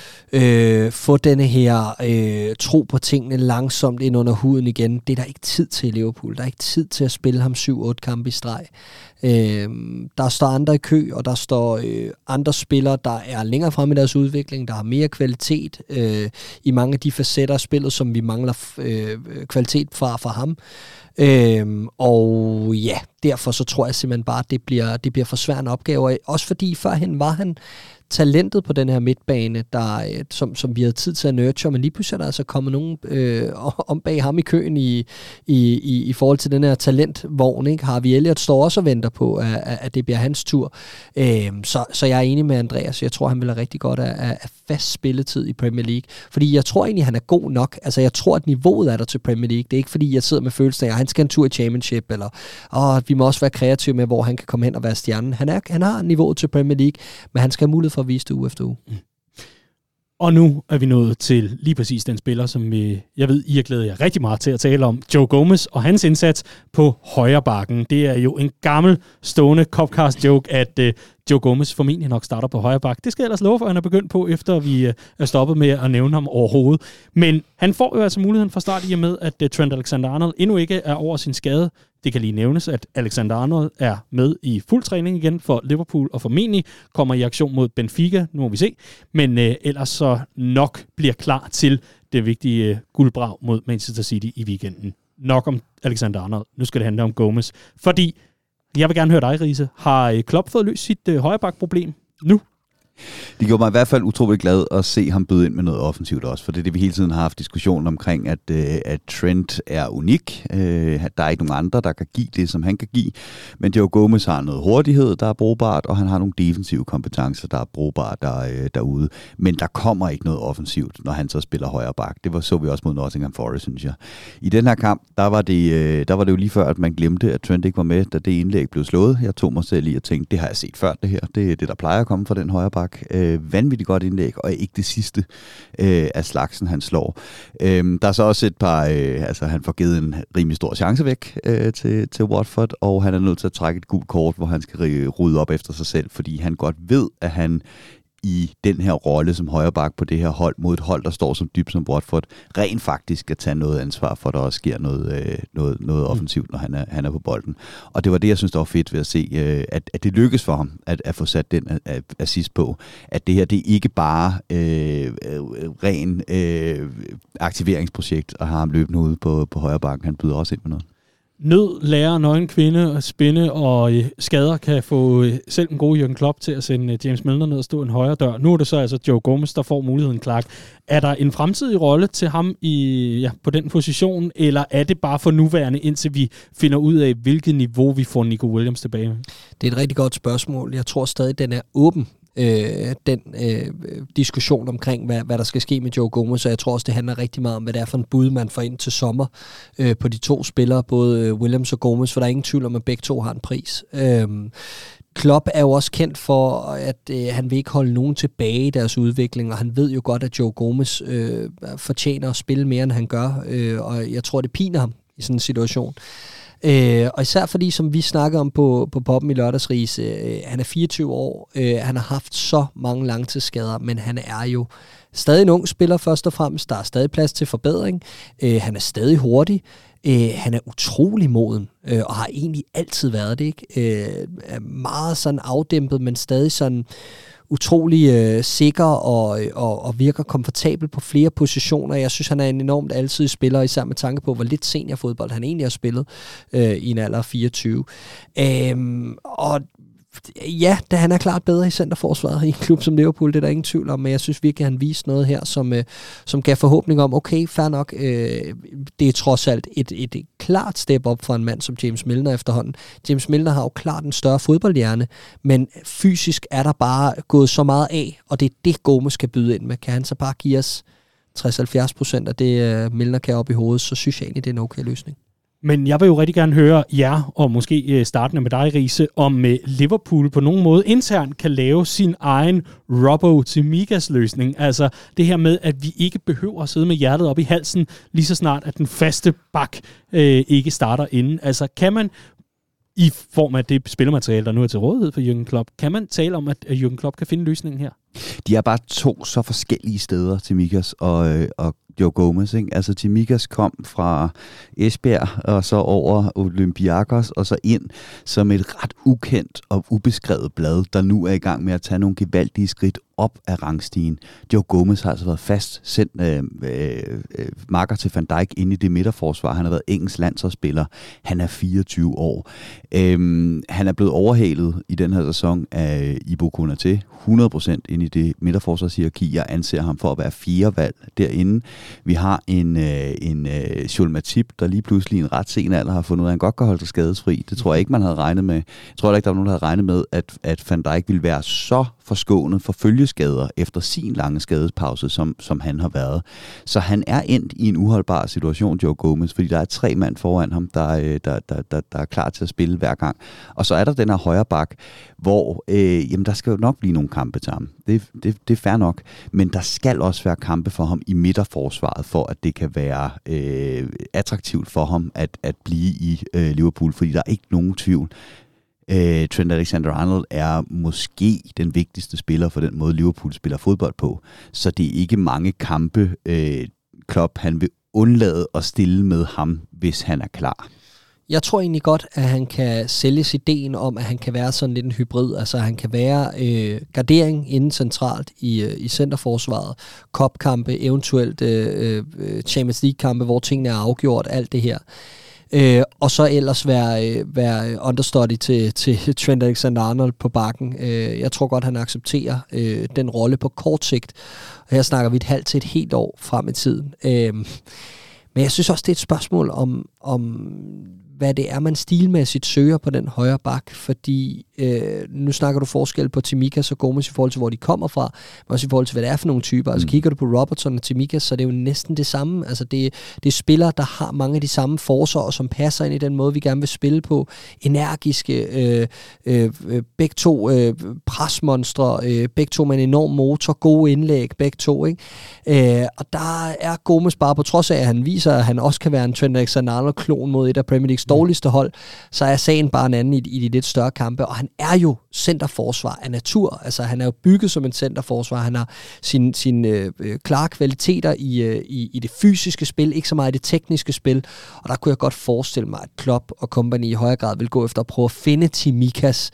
C: øh, få denne her øh, tro på tingene langsomt ind under huden igen. Det er der ikke tid til i Liverpool. Der er ikke tid til at spille ham syv otte kampe i streg. Øh, der står andre i kø, og der står øh, andre spillere, der er længere fremme i deres udvikling, der har mere kvalitet øh, i mange af de facetter af spillet, som vi mangler øh, kvalitet fra, fra ham. Øhm, og ja, derfor så tror jeg simpelthen bare, at det bliver, det bliver for svær en opgave. Også fordi førhen var han talentet på den her midtbane, der, som, som vi havde tid til at nurture, men lige pludselig er der altså kommet nogen øh, om bag ham i køen i, i, i, i forhold til den her talentvogn. Ikke? Harvey Elliott står også og venter på, at, at det bliver hans tur. Øhm, så, så jeg er enig med Andreas. Jeg tror, han vil have rigtig godt af, af fast spilletid i Premier League. Fordi jeg tror egentlig, han er god nok. Altså, jeg tror, at niveauet er der til Premier League. Det er ikke, fordi jeg sidder med følelsen af, at han skal en tur i Championship, eller åh, vi må også være kreative med, hvor han kan komme hen og være stjernen. Han, er, han har niveauet til Premier League, men han skal have mulighed for at vise det uge efter uge. Mm.
A: Og nu er vi nået til lige præcis den spiller, som vi, jeg ved, I har glædet jer rigtig meget til at tale om. Joe Gomez og hans indsats på højre bakken. Det er jo en gammel, stående Copcast-joke, at uh, Joe Gomez formentlig nok starter på højre bak. Det skal jeg ellers love for, at han er begyndt på, efter vi uh, er stoppet med at nævne ham overhovedet. Men han får jo altså muligheden fra start i og med, at uh, Trent Alexander-Arnold endnu ikke er over sin skade. Det kan lige nævnes, at Alexander-Arnold er med i fuld træning igen for Liverpool, og formentlig kommer i aktion mod Benfica, nu må vi se. Men uh, ellers så nok bliver klar til det vigtige uh, guldbrag mod Manchester City i weekenden. Nok om Alexander-Arnold. Nu skal det handle om Gomez. Fordi, jeg vil gerne høre dig, Riese. Har Klopp fået løst sit uh, højreback-problem nu?
B: Det gjorde mig i hvert fald utroligt glad at se ham byde ind med noget offensivt også, for det er det, vi hele tiden har haft diskussionen omkring, at, øh, at Trent er unik. Øh, der er ikke nogen andre, der kan give det, som han kan give. Men Joe Gomez har noget hurtighed, der er brugbart, og han har nogle defensive kompetencer, der er brugbart der, øh, derude. Men der kommer ikke noget offensivt, når han så spiller højre bak. Det var, så vi også mod Nottingham Forest, synes jeg. I den her kamp, der var, det, øh, der var det jo lige før, at man glemte, at Trent ikke var med, da det indlæg blev slået. Jeg tog mig selv i og tænkte, det har jeg set før, det her. Det er det, der plejer at komme fra den højre bak. Øh, vanvittigt godt indlæg, og ikke det sidste øh, af slagsen, han slår. Øh, der er så også et par, øh, altså han får givet en rimelig stor chance væk øh, til, til Watford, og han er nødt til at trække et gult kort, hvor han skal rydde op efter sig selv, fordi han godt ved, at han i den her rolle som højreback på det her hold, mod et hold, der står som dybt som Watford, rent faktisk skal tage noget ansvar for, at der også sker noget, øh, noget, noget offensivt, når han er, han er på bolden. Og det var det, jeg synes, der var fedt ved at se, øh, at, at det lykkes for ham, at, at få sat den assist på. At det her, det er ikke bare øh, ren øh, aktiveringsprojekt, at have ham løbende ude på, på højrebacken. Han byder også ind med noget.
A: Nød lærer nøgen kvinde at spænde, og øh, skader kan få øh, selv en god Jürgen Klopp til at sende øh, James Milner ned og stå en højre dør. Nu er det så altså Joe Gomez, der får muligheden, Clark. Er der en fremtidig rolle til ham i, ja, på den position, eller er det bare for nuværende, indtil vi finder ud af, hvilket niveau vi får Nico Williams tilbage?
C: Det er et rigtig godt spørgsmål. Jeg tror stadig, den er åben. øh, den øh, diskussion omkring, hvad, hvad der skal ske med Joe Gomez, så jeg tror også, det handler rigtig meget om, hvad det er for en bud, man får ind til sommer øh, på de to spillere, både øh, Williams og Gomez, for der er ingen tvivl om, at begge to har en pris. Øh, Klopp er jo også kendt for, at øh, han vil ikke holde nogen tilbage i deres udvikling, og han ved jo godt, at Joe Gomez øh, fortjener at spille mere, end han gør, øh, og jeg tror, det piner ham i sådan en situation. Øh, og især fordi, som vi snakkede om på, på Poppen i lørdagsris, øh, han er fireogtyve år, øh, han har haft så mange langtidsskader, men han er jo stadig en ung spiller først og fremmest, der er stadig plads til forbedring, øh, han er stadig hurtig, øh, han er utrolig moden, øh, og har egentlig altid været det, ikke? Øh, er meget sådan afdæmpet, men stadig sådan utrolig øh, sikker og, og, og virker komfortabel på flere positioner. Jeg synes, han er en enormt alsidig spiller, især med tanke på, hvor lidt seniorfodbold han egentlig har spillet øh, i en alder af fireogtyve. Øhm, og ja, da han er klart bedre i centerforsvaret i en klub som Liverpool, det er der ingen tvivl om, men jeg synes virkelig, at han viste noget her, som, øh, som gav forhåbning om, okay, fair nok, øh, det er trods alt et, et, et klart step op for en mand som James Milner efterhånden. James Milner har jo klart en større fodboldhjerne, men fysisk er der bare gået så meget af, og det er det, Gomez kan byde ind med. Kan han så bare give os tres til halvfjerds procent af det, øh, Milner kan op i hovedet, så synes jeg egentlig, det er en okay løsning.
A: Men jeg vil jo rigtig gerne høre jer, og måske startende med dig, Riese, om Liverpool på nogen måde internt kan lave sin egen Robbo til Mikas løsning. Altså det her med, at vi ikke behøver at sidde med hjertet op i halsen, lige så snart, at den faste bak øh, ikke starter inden. Altså kan man, i form af det spillermateriale, der nu er til rådighed for Jürgen Klopp, kan man tale om, at Jürgen Klopp kan finde løsningen her?
B: De er bare to så forskellige steder til Mikas og, og Joe Gomez, ikke? Altså Tsimikas kom fra Esbjerg og så over Olympiakos og så ind som et ret ukendt og ubeskrevet blad, der nu er i gang med at tage nogle gevaldige skridt op af rangstigen. Joe Gomez har altså været fast sendt øh, øh, marker til Van Dijk ind i det midterforsvar. Han har været engelsk landsholdsspiller. Han er fireogtyve år. Øhm, han er blevet overhalet i den her sæson af Ibo Konaté, hundrede procent ind i det midterforsvarshierarki. Jeg anser ham for at være fjerde valg derinde. Vi har en, øh, en øh, Joel Matip, der lige pludselig i en ret sen alder har fundet ud af, at han godt kan holde sig skadesfri. Det tror jeg ikke, man havde regnet med. Jeg tror ikke, der var nogen, der havde regnet med, at, at Van Dijk ville være så forskånet for følgeskader efter sin lange skadespause, som, som han har været. Så han er endt i en uholdbar situation, Joe Gomez, fordi der er tre mand foran ham, der, der, der, der, der er klar til at spille hver gang. Og så er der den her højre bak, hvor øh, jamen, der skal jo nok blive nogle kampe til ham. Det, det, det er fair nok. Men der skal også være kampe for ham i midterforsvaret, for at det kan være øh, attraktivt for ham at, at blive i øh, Liverpool, fordi der er ikke nogen tvivl. Uh, Trent Alexander-Arnold er måske den vigtigste spiller for den måde, Liverpool spiller fodbold på. Så det er ikke mange kampe, uh, Klopp han vil undlade at stille med ham, hvis han er klar.
C: Jeg tror egentlig godt, at han kan sælges ideen om, at han kan være sådan lidt en hybrid. Altså han kan være øh, gardering inden centralt i, øh, i centerforsvaret, cup-kampe, eventuelt øh, øh, Champions League-kampe, hvor tingene er afgjort, alt det her. Øh, og så ellers være, øh, være understudy til, til Trent Alexander-Arnold på bakken. Øh, jeg tror godt, han accepterer øh, den rolle på kort sigt. Og her snakker vi et halvt til et helt år frem i tiden. Øh, men jeg synes også, det er et spørgsmål om, om hvad det er, man stilmæssigt søger på den højre bak, fordi øh, nu snakker du forskel på Tsimikas og Gomez i forhold til, hvor de kommer fra, men også i forhold til, hvad det er for nogle typer. Mm. Altså kigger du på Robertson og Tsimikas, så det er jo næsten det samme. Altså det, det er spillere, der har mange af de samme forser, og som passer ind i den måde, vi gerne vil spille på. Energiske, øh, øh, begge to øh, presmonstre, øh, begge to med en enorm motor, gode indlæg, begge to, ikke? Øh, og der er Gomez bare, på trods af, at han viser, at han også kan være en Trent Alexander-Arnold-klon mod et af Premier Leagues dårligste hold, så er sagen bare en anden i, i de lidt større kampe, og han er jo centerforsvar af natur. Altså han er jo bygget som en centerforsvar. Han har sine sin, øh, klare kvaliteter i, øh, i, i det fysiske spil, ikke så meget i det tekniske spil, og der kunne jeg godt forestille mig, at Klopp og company i højere grad vil gå efter at prøve at finde Tsimikas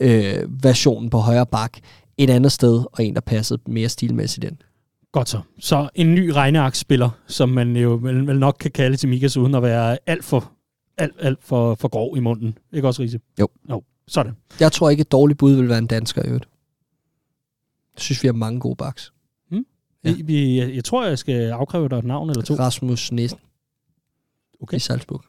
C: øh, versionen på højre bak et andet sted, og en, der passede mere stilmæssigt ind.
A: Godt så. Så en ny regnearksspiller, som man jo vel, vel nok kan kalde Tsimikas, uden at være alt for alt, alt for, for grov i munden. Ikke også, Riese?
B: Jo.
A: Jo, sådan.
C: Jeg tror ikke, et dårligt bud vil være en dansker i øvrigt. Jeg synes, vi har mange gode backs.
A: Hmm? Ja. Vi, vi, jeg, jeg tror, jeg skal afkræve dig et navn eller to.
C: Rasmus Nissen.
A: Okay.
C: I Salzburg.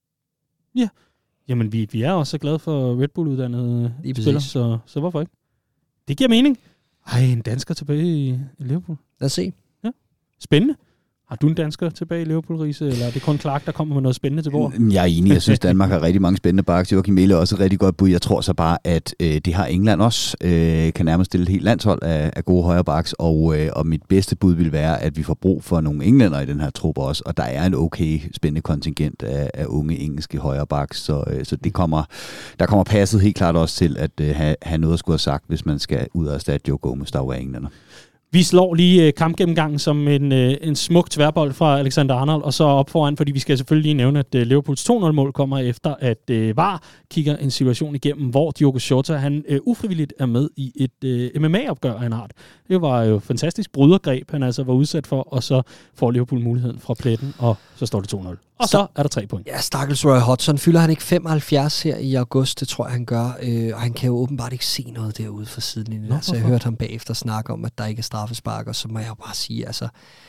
A: Ja. Jamen, vi, vi er også glade for Red Bull-uddannede spillere, så, så hvorfor ikke? Det giver mening. Ej, en dansker tilbage i, i Liverpool.
C: Lad os se.
A: Ja. Spændende. Har du en dansker tilbage i Liverpool, Riese, eller er det kun Clark, der kommer med noget spændende til bord?
B: Jeg er enig. Jeg synes, Danmark har rigtig mange spændende backs. Joachim Mæhle er også et rigtig godt bud. Jeg tror så bare, at øh, det har England også. Øh, kan nærmest stille et helt landshold af, af gode højre backs, og, øh, og mit bedste bud vil være, at vi får brug for nogle englænder i den her truppe også, og der er en okay spændende kontingent af, af unge engelske højre backs, så, øh, så det kommer, der kommer passet helt klart også til at øh, have, have noget at skulle have sagt, hvis man skal ud af erstatte Joe Gomez, der er englænder.
A: Vi slår lige øh, kampgennemgangen som en, øh, en smuk tværbold fra Alexander Arnold, og så op foran, fordi vi skal selvfølgelig lige nævne, at øh, Liverpools to nul-mål kommer efter, at øh, V A R kigger en situation igennem, hvor Diogo Jota, han øh, ufrivilligt er med i et øh, M M A-opgør af en art. Det var jo fantastisk brydergreb, han altså var udsat for, og så får Liverpool muligheden fra pletten, og så står det to nul. Og så er der tre point.
C: Ja, stakkels Roy Hodgson. Fylder han ikke femoghalvfjerds her i august? Det tror jeg, han gør. Øh, og han kan jo åbenbart ikke se noget derude fra sidelinjen. Nå, så jeg hørte ham bagefter snakke om, at der ikke er straffespark, og så må jeg jo bare sige, altså,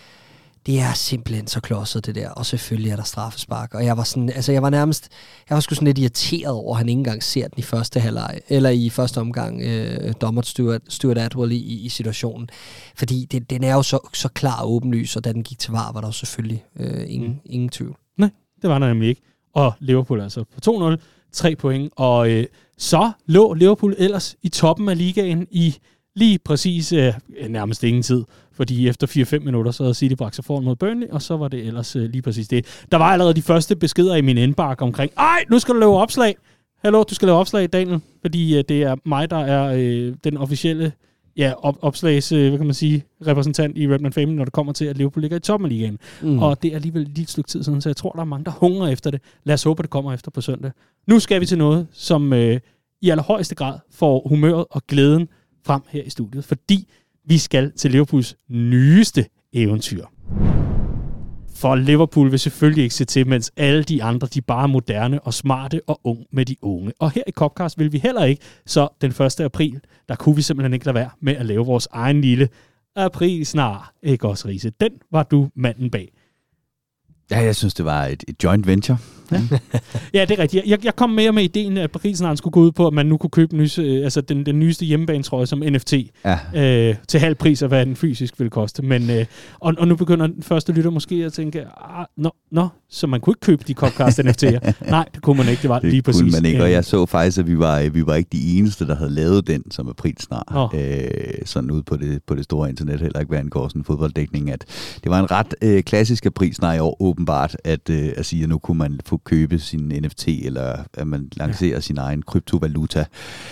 C: det er simpelthen så klodset det der, og selvfølgelig er der straffespark. Og jeg var sådan, altså jeg var nærmest, jeg var sgu sådan lidt irriteret over, at han ikke engang ser den i første halvleg, eller i første omgang, øh, dommer Stuart, Stuart Atwell i, i situationen. Fordi det, den er jo så, så klar og åbenlys, og da den gik til V A R, var der jo selvfølgelig øh, ingen, mm. ingen tvivl.
A: Nej, det var der nemlig ikke. Og Liverpool altså på to nul, tre point, og øh, så lå Liverpool ellers i toppen af ligaen i lige præcis øh, nærmest ingen tid, fordi efter fire fem minutter, så havde City bragt sig foran mod Burnley, og så var det ellers øh, lige præcis det. Der var allerede de første beskeder i min indbakke omkring, ej, nu skal du lave opslag. Hallo, du skal lave opslag, Daniel, fordi øh, det er mig, der er øh, den officielle ja, op- opslags, øh, hvad kan man sige, repræsentant i Redman Family, når det kommer til, at Liverpool ligger i toppen af ligaen. Mm. Og det er alligevel lige et stykke tid siden, så jeg tror, der er mange, der hungrer efter det. Lad os håbe, at det kommer efter på søndag. Nu skal vi til noget, som øh, i allerhøjeste grad får humøret og glæden frem her i studiet, fordi vi skal til Liverpools nyeste eventyr. For Liverpool vil selvfølgelig ikke se til, mens alle de andre, de bare er moderne og smarte og ung med de unge. Og her i Copcast vil vi heller ikke, så den første april, der kunne vi simpelthen ikke lade være med at lave vores egen lille aprilsnar, ikke også, Riese? Den var du manden bag.
B: Ja, jeg synes, det var et, et joint venture.
A: Ja. Ja, det er rigtigt. Jeg, jeg kom mere med ideen, at aprilsnaren skulle gå ud på, at man nu kunne købe nys, altså den, den nyeste hjemmebanetrøje som N F T
B: ja.
A: øh, til halv pris af, hvad den fysisk ville koste. Men, øh, og, og nu begynder den første lytter måske at tænke, ah, nå, nå, så man kunne ikke købe de Copcast N F T'er. Nej, det kunne man ikke. Det var
B: det
A: lige præcis.
B: Det kunne man ikke, og jeg så faktisk, at vi var, vi var ikke de eneste, der havde lavet den som aprilsnar. Oh. Øh, sådan ud på det, på det store internet, heller ikke hvad angår sådan fodbolddækning, at det var en ret øh, klassisk aprilsnar i år, åbenbart, at, øh, at sige, at nu kunne man få købe sin N F T, eller at man lancerer ja. sin egen kryptovaluta.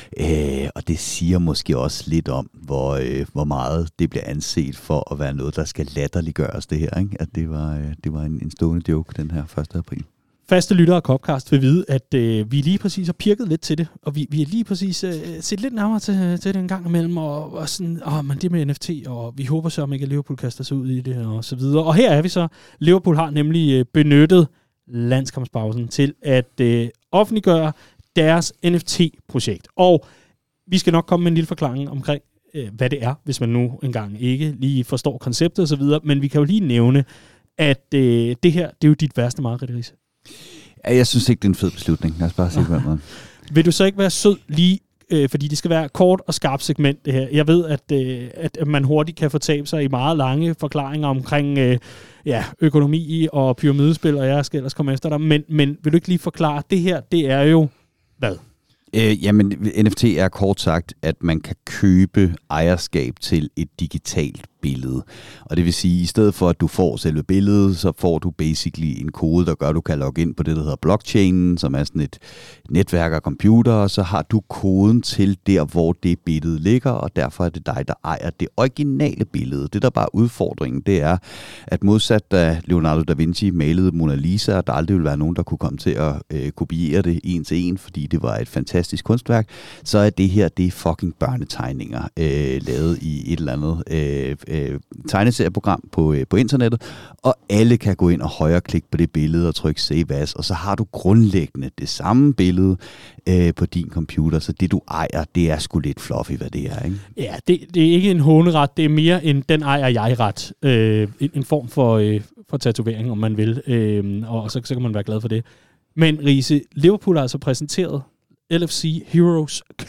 B: Øh, og det siger måske også lidt om, hvor, øh, hvor meget det bliver anset for at være noget, der skal latterliggøres det her. Ikke? At det var, øh, det var en, en stående joke den her første april.
A: Faste lyttere af Copcast vil vide, at øh, vi lige præcis har pirket lidt til det, og vi, vi er lige præcis øh, set lidt nærmere til, til det en gang imellem, og, og sådan, åh, men det med N F T, og vi håber så, om ikke at Liverpool kaster sig ud i det, og så videre. Og her er vi så. Liverpool har nemlig øh, benyttet landskampspausen til at øh, offentliggøre deres N F T-projekt. Og vi skal nok komme med en lille forklaring omkring, øh, hvad det er, hvis man nu engang ikke lige forstår konceptet og så videre, men vi kan jo lige nævne, at øh, det her, det er jo dit værste mareridt, Riese.
B: Ja, jeg synes ikke, det er en fed beslutning. Lad os bare sige, hvad man.
A: Vil du så ikke være sød lige, øh, fordi det skal være kort og skarpt segment, det her. Jeg ved, at, øh, at man hurtigt kan fortabe sig i meget lange forklaringer omkring øh, ja, økonomi og pyramidespil, og jeg skal ellers komme efter dig. Men, men vil du ikke lige forklare, det her, det er jo hvad?
B: Øh, jamen, N F T er kort sagt, at man kan købe ejerskab til et digitalt billede. Og det vil sige, at i stedet for, at du får selve billedet, så får du basically en kode, der gør, at du kan logge ind på det, der hedder blockchain, som er sådan et netværk af computer, og så har du koden til der, hvor det billede ligger, og derfor er det dig, der ejer det originale billede. Det, der bare er udfordringen, det er, at modsat da Leonardo da Vinci malede Mona Lisa, der aldrig ville være nogen, der kunne komme til at øh, kopiere det en til en, fordi det var et fantastisk kunstværk, så er det her, det er fucking børnetegninger, øh, lavet i et eller andet øh, øh, tegneserieprogram på, øh, på internettet, og alle kan gå ind og højreklikke på det billede og trykke save as, og så har du grundlæggende det samme billede øh, på din computer, så det du ejer, det er sgu lidt fluffy, hvad det er, ikke?
A: Ja, det, det er ikke en håneret, det er mere en den ejer jeg ret. Øh, en, en form for, øh, for tatovering, om man vil, øh, og så, så kan man være glad for det. Men Riese, Liverpool har altså præsenteret L F C Heroes Club.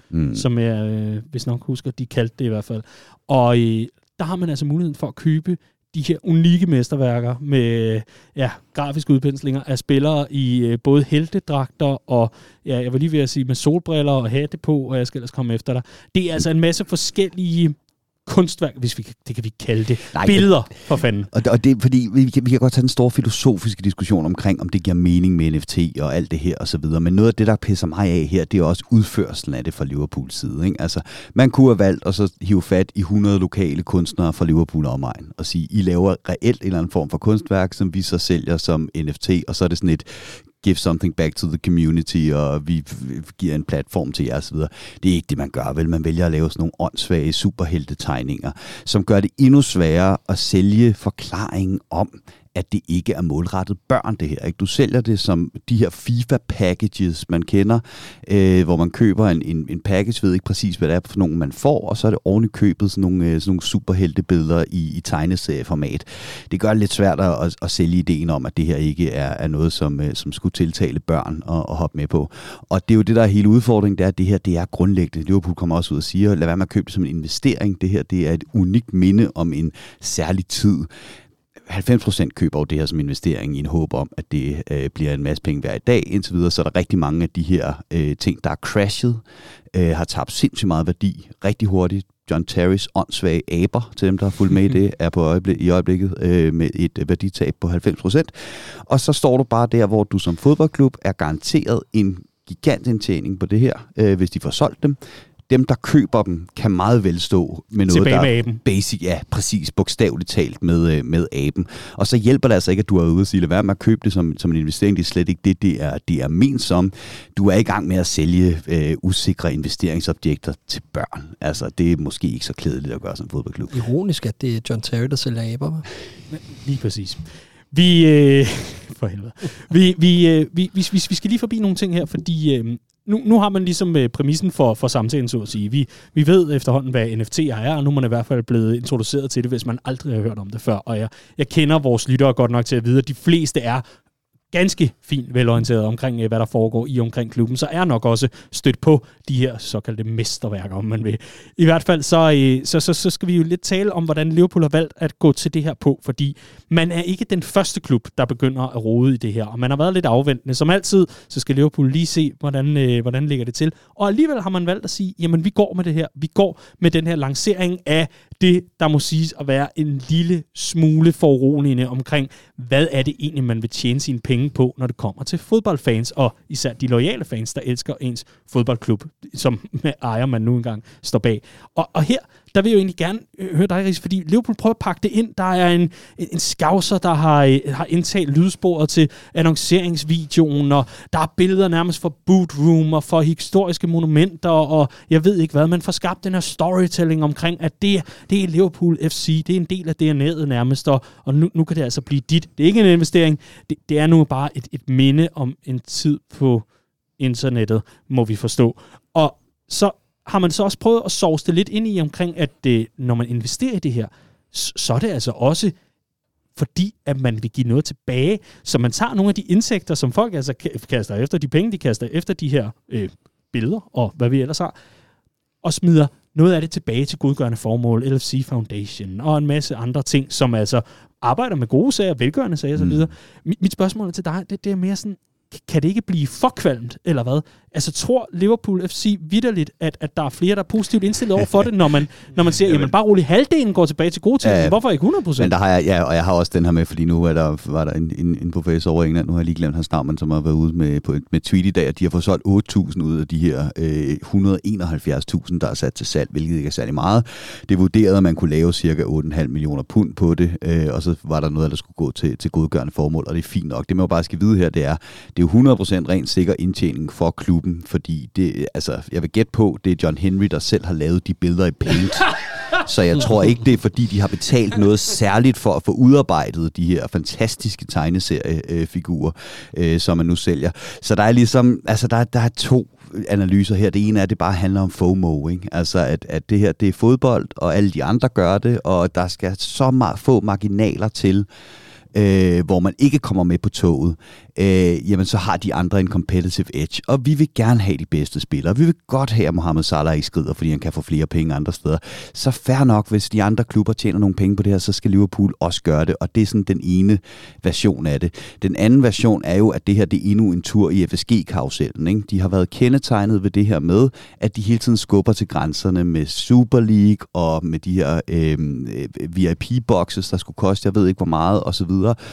A: mm. som jeg, øh, hvis nok husker, de kaldte det i hvert fald. Og øh, der har man altså muligheden for at købe de her unikke mesterværker med ja, grafiske udpenslinger af spillere i øh, både heltedragter og, ja, jeg var lige ved at sige, med solbriller og hatte på, og jeg skal ellers komme efter dig. Det er altså en masse forskellige kunstværk, hvis vi det kan vi kalde det. Nej, billeder, for fanden.
B: Og, og det fordi vi kan, vi kan godt tage en stor filosofiske diskussion omkring, om det giver mening med N F T og alt det her og så videre. Men noget af det, der pisser mig af her, det er også udførelsen af det fra Liverpools side. Ikke? Altså, man kunne have valgt at så hive fat i hundrede lokale kunstnere fra Liverpool omegn og sige, I laver reelt en eller anden form for kunstværk, som vi så sælger som N F T, og så er det sådan et give something back to the community, og vi giver en platform til jer osv. Det er ikke det, man gør, vel? Man vælger at lave sådan nogle åndssvage superheltetegninger, som gør det endnu sværere at sælge forklaringen om, at det ikke er målrettet børn, det her. Ikke? Du sælger det som de her FIFA-packages, man kender, øh, hvor man køber en, en, en package, ved ikke præcis, hvad det er for nogen, man får, og så er det oven i købet sådan nogle, øh, sådan nogle superheltebilleder i, i tegneserieformat. Det gør det lidt svært at, at sælge ideen om, at det her ikke er, er noget, som, øh, som skulle tiltale børn og, og hoppe med på. Og det er jo det, der er hele udfordringen, det er, at det her det er grundlæggende. Liverpool kommer også ud og siger, lad være med at købe det som en investering. Det her det er et unikt minde om en særlig tid. halvfems procent køber jo det her som investering i en håb om, at det øh, bliver en masse penge hver i dag. Indtil videre, så er der rigtig mange af de her øh, ting, der er crashet, øh, har tabt sindssygt meget værdi rigtig hurtigt. John Terrys åndssvage aber, til dem, der har fulgt med i det, er på øjeblik, i øjeblikket øh, med et værditab på halvfems procent. Og så står du bare der, hvor du som fodboldklub er garanteret en gigantindtjening på det her, øh, hvis de får solgt dem. Dem, der køber dem, kan meget vel stå med noget,
A: tilbage
B: der
A: med aben.
B: Basic, ja, præcis, bogstaveligt talt med, med aben. Og så hjælper det altså ikke, at du er ude og sige, lad være med at købe det som, som en investering. Det er slet ikke det, det er, det er ment som. Du er i gang med at sælge øh, usikre investeringsobjekter til børn. Altså, det er måske ikke så klædeligt at gøre som fodboldklub.
C: Ironisk, at det er John Terry, der sælger aber.
A: Lige præcis. Vi, øh, for helvede. Vi, vi, øh, vi, vi, vi, vi skal lige forbi nogle ting her, fordi øh, nu, nu har man ligesom øh, præmissen for, for samtalen, så at sige. Vi, vi ved efterhånden, hvad N F T'er er, og nu er man i hvert fald blevet introduceret til det, hvis man aldrig har hørt om det før. Og jeg, jeg kender vores lyttere godt nok til at vide, at de fleste er ganske fint velorienteret omkring, hvad der foregår i omkring klubben, så er nok også stødt på de her såkaldte mesterværker, om man vil. I hvert fald så, så, så, så skal vi jo lidt tale om, hvordan Liverpool har valgt at gå til det her på, fordi man er ikke den første klub, der begynder at rode i det her, og man har været lidt afventende. Som altid, så skal Liverpool lige se, hvordan, øh, hvordan ligger det til. Og alligevel har man valgt at sige, jamen vi går med det her, vi går med den her lancering af det, der må siges at være en lille smule foruroligende omkring, hvad er det egentlig, man vil tjene sine penge på, når det kommer til fodboldfans, og især de loyale fans, der elsker ens fodboldklub, som med ejer man nu engang står bag. Og, og her, der vil jeg jo egentlig gerne høre dig, Ries, fordi Liverpool prøver at pakke det ind. Der er en, en scouser, der har, har indtalt lydsporet til annonceringsvideoen, og der er billeder nærmest for bootroom og for historiske monumenter, og jeg ved ikke hvad, man får skabt den her storytelling omkring, at det, det er Liverpool F C, det er en del af D N A'et nærmest, og, og nu, nu kan det altså blive dit. Det er ikke en investering, det, det er nu bare et, et minde om en tid på internettet, må vi forstå. Og så har man så også prøvet at sovse det lidt ind i omkring, at det, når man investerer i det her, så er det altså også fordi, at man vil give noget tilbage. Så man tager nogle af de indtægter, som folk altså kaster efter, de penge, de kaster efter de her øh, billeder, og hvad vi ellers har, og smider noget af det tilbage til godgørende formål, L F C Foundation, og en masse andre ting, som altså arbejder med gode sager, velgørende sager osv. Mm. Mit, mit spørgsmål til dig, det, det er mere sådan, kan det ikke blive for kvalmt, eller hvad? Altså, tror Liverpool F C vitterligt, at, at der er flere, der er positivt indstillet over for det, når man, når man siger, jamen bare roligt, halvdelen går tilbage til gode ting, ja, hvorfor ikke hundrede procent?
B: Men der har jeg, ja, og jeg har også den her med, fordi nu er der, var der en, en, en professor over England, nu har jeg lige glemt hans navn, men som har været ude med, på, med tweet i dag, at de har fået solgt otte tusind ud af de her øh, et hundrede og enoghalvfjerds tusind, der er sat til salg, hvilket ikke er særlig meget. Det vurderede, at man kunne lave cirka otte komma fem millioner pund på det, øh, og så var der noget, der skulle gå til, til godgørende formål, og det er fint nok. Det man jo bare skal vide her, det er, det er jo hundrede procent rent sikker indtjening for klubben, fordi det, altså, jeg vil gætte på, det er John Henry, der selv har lavet de billeder i Paint. Så jeg tror ikke, det er fordi, de har betalt noget særligt for at få udarbejdet de her fantastiske tegneseriefigurer, øh, som man nu sælger. Så der er ligesom, altså der, der er to analyser her. Det ene er, at det bare handler om FOMO, ikke? Altså, at, at det her, det er fodbold, og alle de andre gør det, og der skal så meget få marginaler til, Øh, hvor man ikke kommer med på toget, øh, jamen så har de andre en competitive edge. Og vi vil gerne have de bedste spillere. Vi vil godt have, at Mohamed Salah ikke skrider, fordi han kan få flere penge andre steder. Så fair nok, hvis de andre klubber tjener nogle penge på det her, så skal Liverpool også gøre det. Og det er sådan den ene version af det. Den anden version er jo, at det her det er endnu en tur i F S G-karusellen. Ikke? De har været kendetegnet ved det her med, at de hele tiden skubber til grænserne med Super League og med de her øh, V I P-boxes, der skulle koste, jeg ved ikke hvor meget, osv.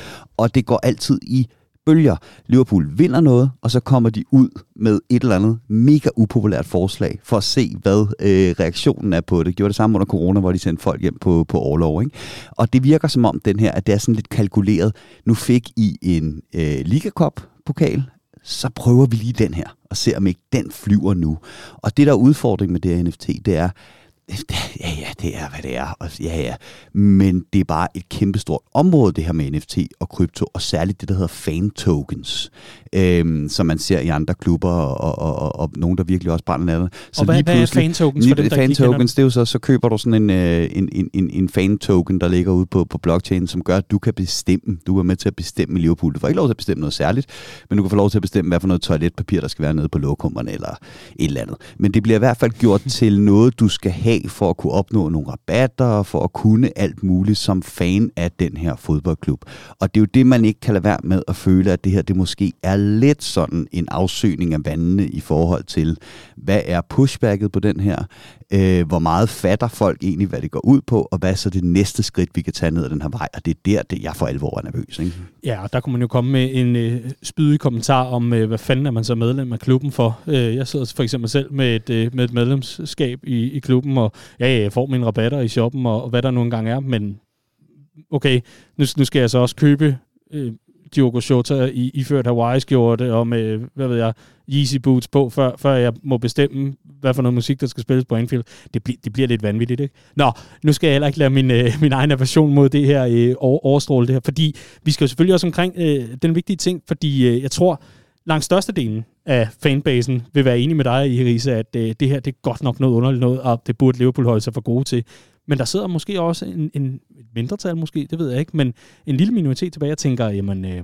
B: Og det går altid i bølger. Liverpool vinder noget, og så kommer de ud med et eller andet mega upopulært forslag, for at se, hvad øh, reaktionen er på det. De gjorde det samme under corona, hvor de sendte folk hjem på, på orlov, ikke? Og det virker som om den her, at det er sådan lidt kalkuleret. Nu fik I en øh, Liga Cup-pokal, så prøver vi lige den her, og ser om ikke den flyver nu. Og det, der er udfordring med det her N F T, det er, ja, ja, det er, hvad det er. Og ja, ja. Men det er bare et kæmpestort område, det her med N F T og krypto, og særligt det, der hedder fan tokens, øhm, som man ser i andre klubber, og, og, og, og nogen, der virkelig også brænder af det.
A: Så og hvad, hvad er fan tokens for dem, der
B: fan tokens, det er jo så, så køber du sådan en, en, en, en, en fan token, der ligger ude på, på blockchain, som gør, at du kan bestemme. Du er med til at bestemme i Liverpool. Du får ikke lov til at bestemme noget særligt, men du kan få lov til at bestemme, hvad for noget toiletpapir, der skal være nede på lokummerne, eller et eller andet. Men det bliver i hvert fald gjort til noget, du skal have for at kunne opnå nogle rabatter, for at kunne alt muligt som fan af den her fodboldklub. Og det er jo det, man ikke kan lade være med at føle, at det her, det måske er lidt sådan en afsøgning af vandene i forhold til, hvad er pushbacket på den her? Øh, hvor meget fatter folk egentlig, hvad det går ud på, og hvad er så det næste skridt, vi kan tage ned ad den her vej? Og det er der, det jeg for alvor er nervøs. Ikke?
A: Ja, og der kunne man jo komme med en øh, spydig kommentar om, øh, hvad fanden er man så medlem af klubben for? Øh, jeg sidder for eksempel selv med et, øh, med et medlemskab i, i klubben, og ja, jeg får mine rabatter i shoppen, og, og hvad der nu engang er, men okay, nu, nu skal jeg så også købe øh, Diogo Jota i, iført Hawaii-skjorte, og med, hvad ved jeg, Yeezy boots på, før, før jeg må bestemme, hvad for noget musik, der skal spilles på Anfield. Det, bl- det bliver lidt vanvittigt, ikke? Nå, nu skal jeg heller ikke lade min, øh, min egen aversion mod det her øh, overstråle det her, fordi vi skal jo selvfølgelig også omkring øh, den vigtige ting, fordi øh, jeg tror, langt størstedelen af fanbasen vil være enig med dig, Irise, at øh, det her, det er godt nok noget underligt noget, og det burde Liverpool holde sig for gode til. Men der sidder måske også en, en et mindretal, måske, det ved jeg ikke, men en lille minoritet tilbage, jeg tænker, jamen, øh,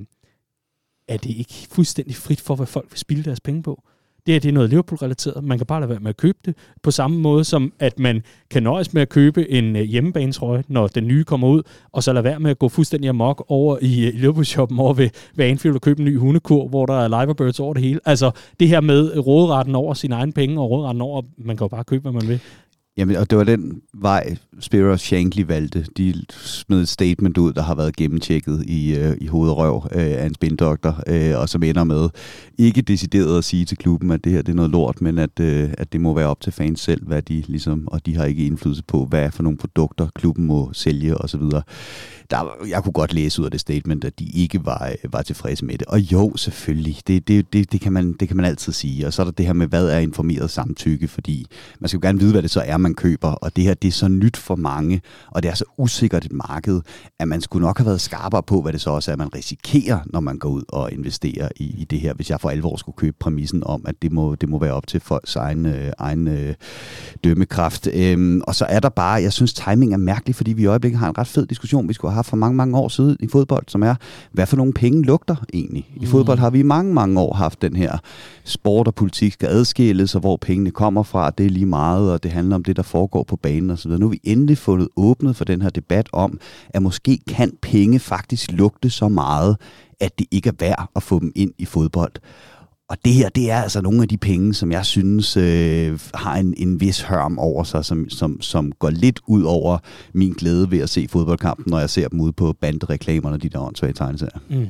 A: er det ikke fuldstændig frit for, hvad folk vil spilde deres penge på? Det her, det er noget Liverpool-relateret. Man kan bare lade være med at købe det, på samme måde som, at man kan nøjes med at købe en øh, hjemmebanetrøje, når den nye kommer ud, og så lade være med at gå fuldstændig amok over i øh, Liverpool-shoppen over ved, ved Anfield og købe en ny hundekur, hvor der er Liverbirds over det hele. Altså, det her med råderetten over sine egne penge, og råderetten over, man kan jo bare købe, hvad man vil.
B: Jamen, og det var den vej, Spiro og Shankly valgte. De smed et statement ud, der har været gennemtjekket i, øh, i hoved og røv øh, af en spindoktor, øh, og som ender med ikke decideret at sige til klubben, at det her det er noget lort, men at, øh, at det må være op til fans selv, hvad de ligesom, og de har ikke indflydelse på, hvad for nogle produkter klubben må sælge osv. Der, jeg kunne godt læse ud af det statement, at de ikke var, var tilfredse med det. Og jo, selvfølgelig, det, det, det, det, kan man, det kan man altid sige. Og så er der det her med, hvad er informeret samtykke, fordi man skal jo gerne vide, hvad det så er, man køber. Og det her, det er så nyt for mange, og det er så usikkert et marked, at man skulle nok have været skarpere på, hvad det så også er, man risikerer, når man går ud og investerer i, i det her, hvis jeg for alvor skulle købe præmissen om, at det må, det må være op til folks egen, øh, egen øh, dømmekraft. Øhm, og så er der bare, jeg synes, timing er mærkelig, fordi vi i øjeblikket har en ret fed diskussion, vi skulle have haft for mange, mange år siden i fodbold, som er, hvad for nogle penge lugter egentlig? I mm. fodbold har vi i mange, mange år haft den her sport og politik skal adskilles, og hvor pengene kommer fra, det er lige meget, og det handler om det, der foregår på banen og så videre. Nu har vi endelig fundet åbnet for den her debat om, at måske kan penge faktisk lugte så meget, at det ikke er værd at få dem ind i fodbold. Og det her, det er altså nogle af de penge, som jeg synes øh, har en, en vis hørm over sig, som, som, som går lidt ud over min glæde ved at se fodboldkampen, når jeg ser dem ude på bandereklamerne, de der åndssvage tegneserier. Mm.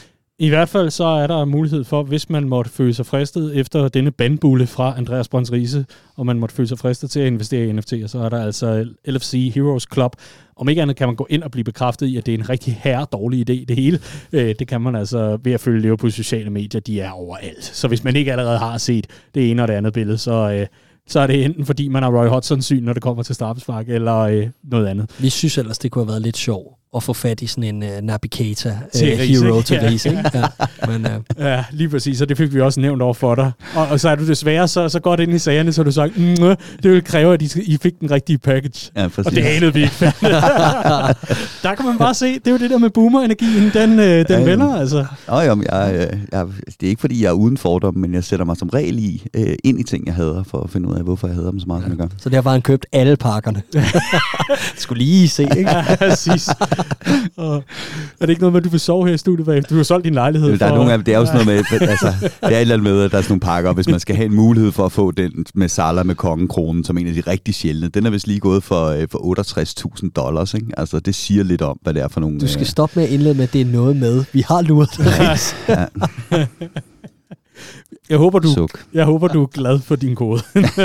A: I hvert fald så er der mulighed for, hvis man måtte føle sig fristet efter denne bandbulle fra Andreas Brøns Riise, og man måtte føle sig fristet til at investere i N F T'er, så er der altså L F C Heroes Club. Om ikke andet kan man gå ind og blive bekræftet i, at det er en rigtig herre dårlig idé, det hele. Det kan man altså ved at følge Liverpool sociale medier, de er overalt. Så hvis man ikke allerede har set det ene og det andet billede, så... så er det enten fordi, man har Roy Hodgson syn, når det kommer til straffespark, eller øh, noget andet.
C: Vi synes ellers, det kunne have været lidt sjovt at få fat i sådan en uh, navigator uh,
A: Til Riise,
C: hero til
A: ja.
C: Riise. Ikke? Ja. Men, uh,
A: Ja, lige præcis, og det fik vi også nævnt over for dig. Og, og så er du desværre så, så godt ind i sagerne, så har du sagt, mm, det vil kræve, at I, I fik den rigtige package.
B: Ja,
A: og det anede vi ikke. Der kan man bare se, det er jo det der med boomer-energien, den, øh, den
B: Ja,
A: vender altså.
B: Nå, jamen, jeg, jeg, det er ikke fordi, jeg er uden fordom, men jeg sætter mig som regel i, øh, ind i ting, jeg hader, for at finde ud af, hvorfor jeg hader dem så meget, som jeg gør.
C: så derfor har han købt alle pakkerne. Skulle lige se, ikke?
A: Ja, præcis. Og er det ikke noget med, at du vil sove her i studiet bagefter? Du har solgt din lejlighed.
B: Der er
A: for...
B: nogle af, det er jo sådan noget med, altså, det er et eller andet med, at der er sådan nogle pakker, hvis man skal have en mulighed for at få den med Salah med kongekronen, som en af de rigtig sjældne. Den er vist lige gået for, øh, for otteogtres tusind dollars, ikke? Altså, det siger lidt om, hvad det er for nogle...
C: Du skal stoppe med at indlede med, at det er noget med. Vi har luret det.
B: Ja.
A: Jeg håber, du,
B: Suk.
A: jeg håber, du er glad for din kode.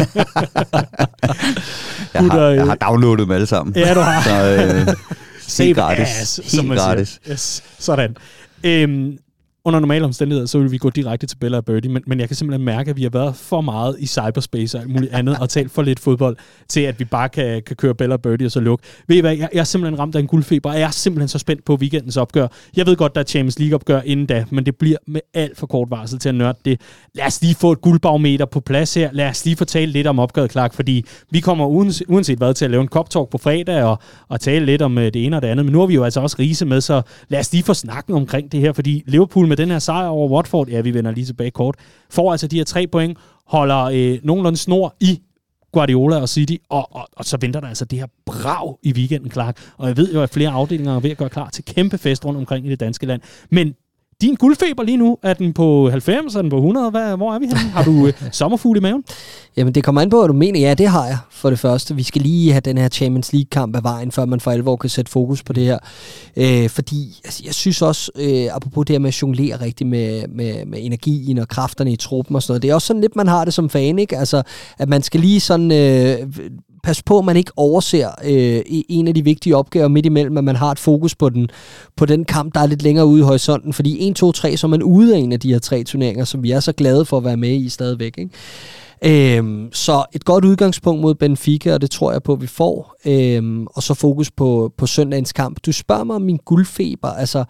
B: Jeg har, jeg har downloadet dem alle sammen.
A: Ja, du har.
B: Så, øh,
A: Save
B: gratis.
A: as,
B: Helt
A: som man
B: gratis.
A: siger. Yes, sådan. Øhm, under normale omstændigheder, så vil vi gå direkte til Bella og Birdie, men, men jeg kan simpelthen mærke, at vi har været for meget i cyberspace og alt muligt andet, og talt for lidt fodbold, til at vi bare kan, kan køre Bella og Birdie og så lukke. Ved I hvad, jeg, jeg er simpelthen ramt af en guldfeber, og jeg er simpelthen så spændt på weekendens opgør. Jeg ved godt, der er Champions League-opgør inden da, men det bliver med alt for kort varsel til at nørde det. Lad os lige få et guldbarometer på plads her. Lad os lige fortælle lidt om opgøret, Clark, fordi vi kommer uanset, uanset hvad til at lave en Cup-talk på fredag og, og tale lidt om det ene og det andet, men nu har vi jo altså også Riise med, så lad os lige få snakken omkring det her, fordi Liverpool med den her sejr over Watford, ja, vi vender lige tilbage kort, får altså de her tre point, holder øh, nogenlunde snor i Guardiola og City, og, og, og så venter der altså det her brag i weekenden, Clark. Og jeg ved jo, at flere afdelinger er ved at gøre klar til kæmpe fest rundt omkring i det danske land. Men din guldfeber lige nu, er den på halvfems, er den på hundrede? Hvad, hvor er vi henne? Har du øh, sommerfugle i maven?
C: Jamen, det kommer an på, hvad du mener. Ja, det har jeg for det første. Vi skal lige have den her Champions League-kamp af vejen, før man for alvor kan sætte fokus på det her. Øh, fordi altså, jeg synes også, øh, apropos det her med at jonglere rigtigt med, med, med energien og kræfterne i truppen og sådan noget, det er også sådan lidt, man har det som fan, ikke? Altså, at man skal lige sådan... Øh, pas på, at man ikke overser øh, en af de vigtige opgaver midt imellem, at man har et fokus på den, på den kamp, der er lidt længere ude i horisonten, fordi en, to, tre, så er man ude af en af de her tre turneringer, som vi er så glade for at være med i stadigvæk, ikke? Øhm, så et godt udgangspunkt mod Benfica, og det tror jeg på, at vi får, øhm, og så fokus på, på søndagens kamp. Du spørger mig om min guldfeber, altså,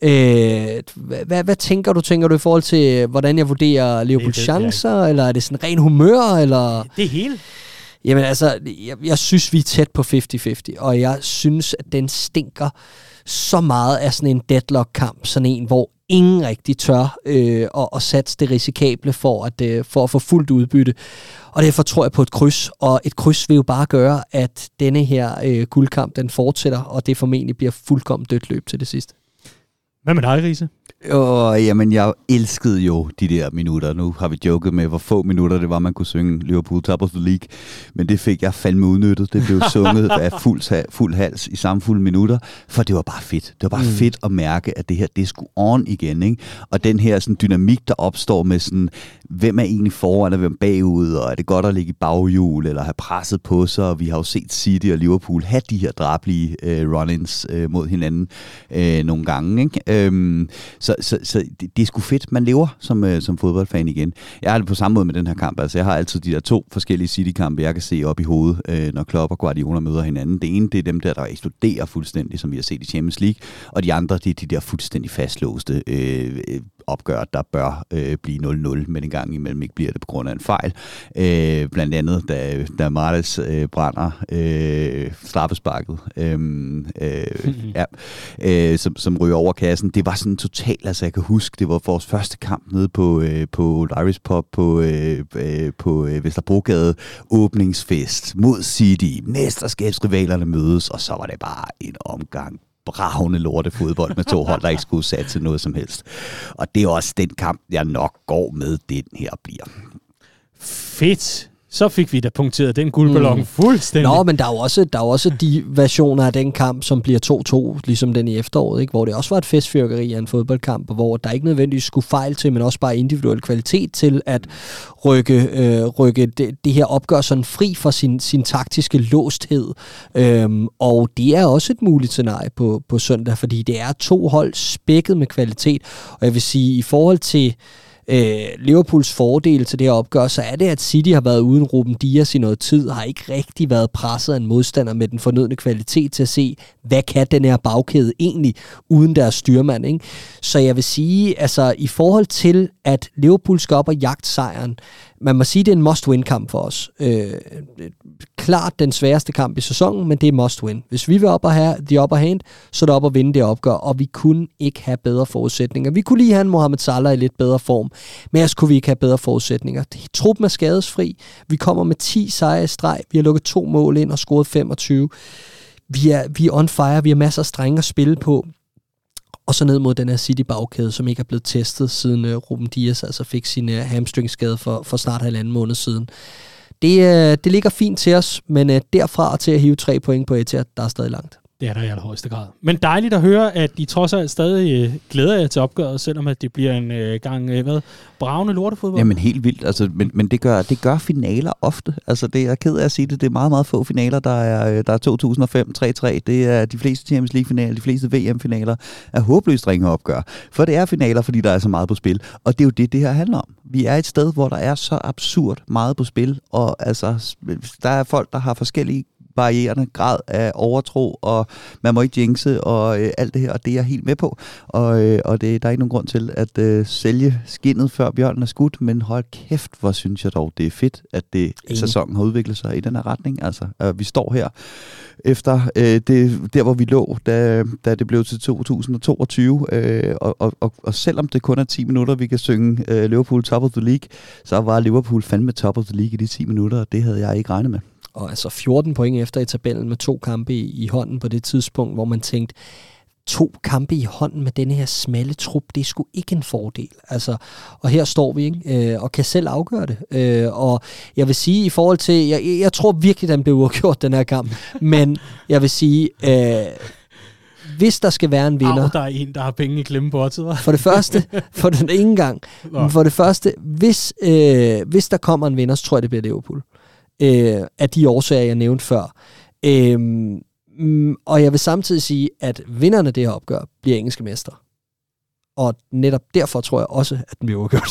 C: øh, hvad, hvad tænker du? Tænker du i forhold til, hvordan jeg vurderer Liverpools chancer, eller er det sådan ren humør, eller...
A: Det er hele.
C: Jamen altså, jeg, jeg synes, vi er tæt på halvtreds halvtreds, og jeg synes, at den stinker så meget af sådan en deadlock-kamp, sådan en, hvor ingen rigtig tør øh, at, at satse det risikable for at, øh, for at få fuldt udbytte. Og derfor tror jeg på et kryds, og et kryds vil jo bare gøre, at denne her øh, guldkamp, den fortsætter, og det formentlig bliver fuldkommen dødt løb til det sidste.
A: Hvad med dig, Riise?
B: Åh, jamen, jeg elskede jo de der minutter. Nu har vi joket med, hvor få minutter det var, man kunne synge Liverpool Top of the League. Men det fik jeg fandme udnyttet. Det blev sunget af fuld, fuld hals i samme fulde minutter, for det var bare fedt. Det var bare mm. fedt at mærke, at det her, det er sgu on igen, ikke? Og den her sådan, dynamik, der opstår med sådan, hvem er egentlig foran og hvem bagud, og er det godt at ligge i baghjul, eller have presset på sig, og vi har jo set City og Liverpool have de her drablige øh, run-ins øh, mod hinanden øh, nogle gange, ikke? Øhm, Så, så, så det, det er sgu fedt. Man lever som, øh, som fodboldfan igen. Jeg har det på samme måde med den her kamp. Altså, jeg har altid de der to forskellige City-kampe, jeg kan se op i hovedet, øh, når Klopp og Guardiola møder hinanden. Det ene, det er dem der, der eksploderer fuldstændig, som vi har set i Champions League. Og de andre, det er de der fuldstændig fastlåste øh, opgør, der bør øh, blive nul nul, men en gang imellem ikke bliver det på grund af en fejl. Øh, blandt andet, da, da Martes øh, brænder øh, straffesparket, øh, øh, mm-hmm. ja, øh, som, som ryger over kassen. Det var sådan totalt, altså jeg kan huske, det var vores første kamp nede på, øh, på Irish Pub på, øh, øh, på øh, Vesterbrogade, åbningsfest mod City. Mesterskabsrivalerne mødes, og så var det bare en omgang bravende lortefodbold med to hold, der ikke skulle sætte til noget som helst. Og det er også den kamp, jeg nok går med, den her bliver.
A: Fedt. Så fik vi da punkteret den guldballon mm. fuldstændig.
C: Nå, men der er, jo også, der er jo også de versioner af den kamp, som bliver to to, ligesom den i efteråret, ikke? Hvor det også var et festfyrkeri af en fodboldkamp, hvor der ikke nødvendigvis skulle fejl til, men også bare individuel kvalitet til at rykke, øh, rykke det, det her opgør sådan fri for sin, sin taktiske låsthed. Øhm, og det er også et muligt scenarie på, på søndag, fordi det er to hold spækket med kvalitet. Og jeg vil sige, i forhold til øh, Liverpools fordel til det her opgør, så er det, at City har været uden Ruben Dias i noget tid, har ikke rigtig været presset af en modstander med den fornødne kvalitet til at se, hvad kan den her bagkæde egentlig uden deres styrmand, ikke? Så jeg vil sige, altså i forhold til, at Liverpool skal op og jagte sejren, man må sige, det er en must-win-kamp for os. Øh, klart den sværeste kamp i sæsonen, men det er must-win. Hvis vi vil op og have de upper hand, så er det op og vinde det opgør, og vi kunne ikke have bedre forudsætninger. Vi kunne lige have en Mohamed Salah i lidt bedre form, men ellers kunne vi ikke have bedre forudsætninger. Truppen er skadesfri. Vi kommer med ti sejre i streg. Vi har lukket to mål ind og scoret femogtyve. Vi er, vi er on fire. Vi har masser af strenge at spille på. Og så ned mod den her City-bagkæde, som ikke er blevet testet, siden uh, Ruben Dias altså fik sin uh, hamstringskade for, for snart halvanden måned siden. Det, uh, det ligger fint til os, men uh, derfra til at hive tre point på Etihad, der er stadig langt.
A: Det er der i allerhøjeste grad. Men dejligt at høre, at de trods alt stadig øh, glæder jer til opgøret, selvom at det bliver en øh, gang øh, hvad, bravende lortefodbold.
B: Jamen helt vildt, altså, men, men det, gør, det gør finaler ofte. Altså det er jeg ked af at sige det, det er meget, meget få finaler, der er, der er to tusind og fem tre tre. Det er de fleste Champions League-finaler, de fleste V M-finaler er håbløst ringe opgør. For det er finaler, fordi der er så meget på spil. Og det er jo det, det her handler om. Vi er et sted, hvor der er så absurd meget på spil, og altså, der er folk, der har forskellige varierende grad af overtro, og man må ikke jinxe, og øh, alt det her, og det er jeg helt med på. Og, øh, og det, der er ikke nogen grund til at øh, sælge skindet, før bjørnen er skudt, men hold kæft, hvor synes jeg dog, det er fedt, at det, sæsonen har udviklet sig i den her retning. Altså, øh, vi står her efter øh, det, der, hvor vi lå, da, da det blev til to tusind og toogtyve, øh, og, og, og, og selvom det kun er ti minutter, vi kan synge øh, Liverpool top of the league, så var Liverpool fandme top of the league i de ti minutter, og det havde jeg ikke regnet med.
C: Og altså fjorten point efter i tabellen med to kampe i, i hånden på det tidspunkt, hvor man tænkte, to kampe i hånden med denne her smalle trup, det er sgu ikke en fordel. Altså, og her står vi, ikke? Øh, og kan selv afgøre det. Øh, og jeg vil sige, i forhold til, jeg, jeg tror virkelig, den blev uafgjort, den her kamp, men jeg vil sige, øh, hvis der skal være en vinder...
A: Au, der er en, der har penge i klemme på årtid,
C: For det første, for den ingen gang, men for det første, hvis, øh, hvis der kommer en vinder, så tror jeg, det bliver Liverpool. Øh, af de årsager, jeg nævnte før. Øh, mm, og jeg vil samtidig sige, at vinderne af det her opgør bliver engelske mestre. Og netop derfor tror jeg også, at den bliver uafgjort.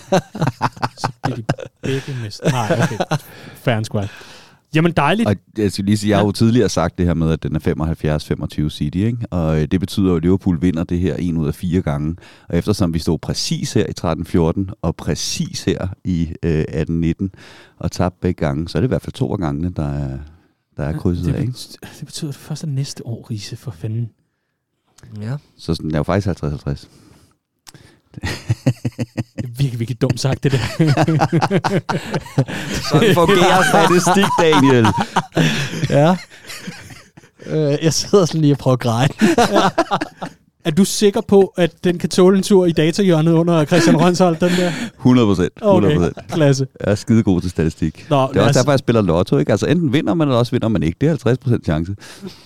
A: Så bliver de begge mestre. Nej, okay. Fair and square. Jamen dejligt.
B: Og jeg skal lige sige, jeg har jo tidligere sagt det her med, at den er femoghalvfjerds femogtyve City, ikke? Og det betyder jo, at Liverpool vinder det her en ud af fire gange. Og eftersom vi stod præcis her i tretten fjorten, og præcis her i øh, atten nitten, og tabte begge gange, så er det i hvert fald to af gangene, der er, der er krydset
A: det,
B: af, ikke?
A: Det betyder, at det først er næste år, Riese, for fanden.
C: Ja.
B: Så den er jo faktisk halvtreds halvtreds.
A: Det er virkelig, virkelig dumt sagt, det der.
B: Sådan fungerer statistik, Daniel.
C: Ja. Øh, jeg sidder sådan lige og prøver at græde.
A: Er du sikker på, at den kan tåle en tur i datahjørnet under Christian Rønsholt, den der?
B: hundrede procent. hundrede procent.
A: Okay, klasse.
B: Jeg er skide god til statistik.
A: Nå,
B: det er også derfor, jeg spiller lotto, ikke? Altså enten vinder man, eller også vinder man ikke. Det er halvtreds procent chance.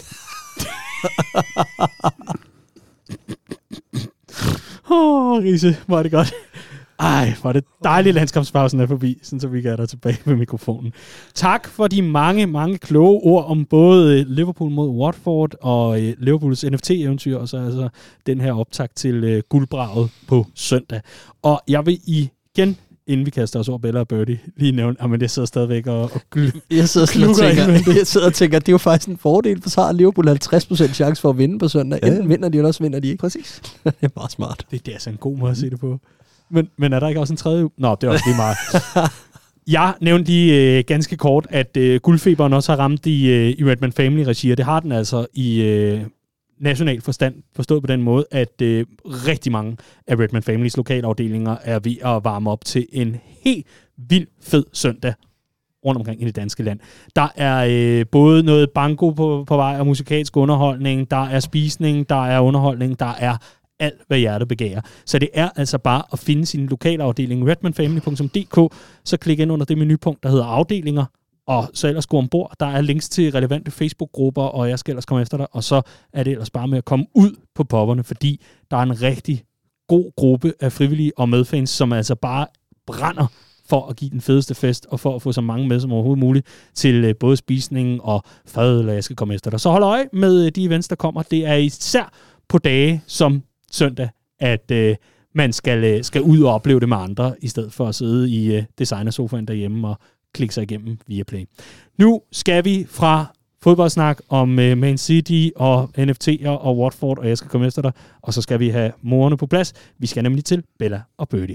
A: Åh, oh, Riese, var det godt. Ej, var det dejligt, landskampspausen er forbi, sådan så vi kan der tilbage med mikrofonen. Tak for de mange, mange kloge ord om både Liverpool mod Watford og Liverpools N F T-eventyr, og så altså den her optakt til uh, guldbraget på søndag. Og jeg vil igen, inden vi kaster os over Bella og Birdie, lige nævne, at jeg sidder stadigvæk og, og gl-
C: jeg sidder og tænker, jeg sidder og tænker, det er jo faktisk en fordel, for så har Liverpool halvtreds procent chance for at vinde på søndag. Enten ja. vinder de, eller også vinder de ikke.
B: Præcis.
C: Det er meget smart.
A: Det, det er altså en god måde at se det på. Men, men er der ikke også en tredje? Nå, det er også lige meget. Jeg nævnte lige øh, ganske kort, at øh, guldfeberen også har ramt i, øh, i Redman Family-regi, og det har den altså i øh, national forstand, forstået på den måde, at øh, rigtig mange af Redman Familys lokalafdelinger er ved at varme op til en helt vild fed søndag rundt omkring i det danske land. Der er øh, både noget banko på, på vej, og musikalsk underholdning, der er spisning, der er underholdning, der er alt, hvad hjertet begærer. Så det er altså bare at finde sin lokalafdeling redmanfamily punktum d k, så klik ind under det menupunkt, der hedder afdelinger, og så ellers gå ombord. Der er links til relevante Facebook-grupper, og jeg skal ellers komme efter dig, og så er det ellers bare med at komme ud på popperne, fordi der er en rigtig god gruppe af frivillige og medfans, som altså bare brænder for at give den fedeste fest, og for at få så mange med som overhovedet muligt til både spisningen og fad, eller jeg skal komme efter dig. Så hold øje med de events, der kommer. Det er især på dage som søndag, at øh, man skal, øh, skal ud og opleve det med andre, i stedet for at sidde i øh, designersofaen derhjemme og klikke sig igennem via Play. Nu skal vi fra fodboldsnak om øh, Man City og N F T'er og Watford, og jeg skal komme efter dig, og så skal vi have morerne på plads. Vi skal nemlig til Bella og Birdie.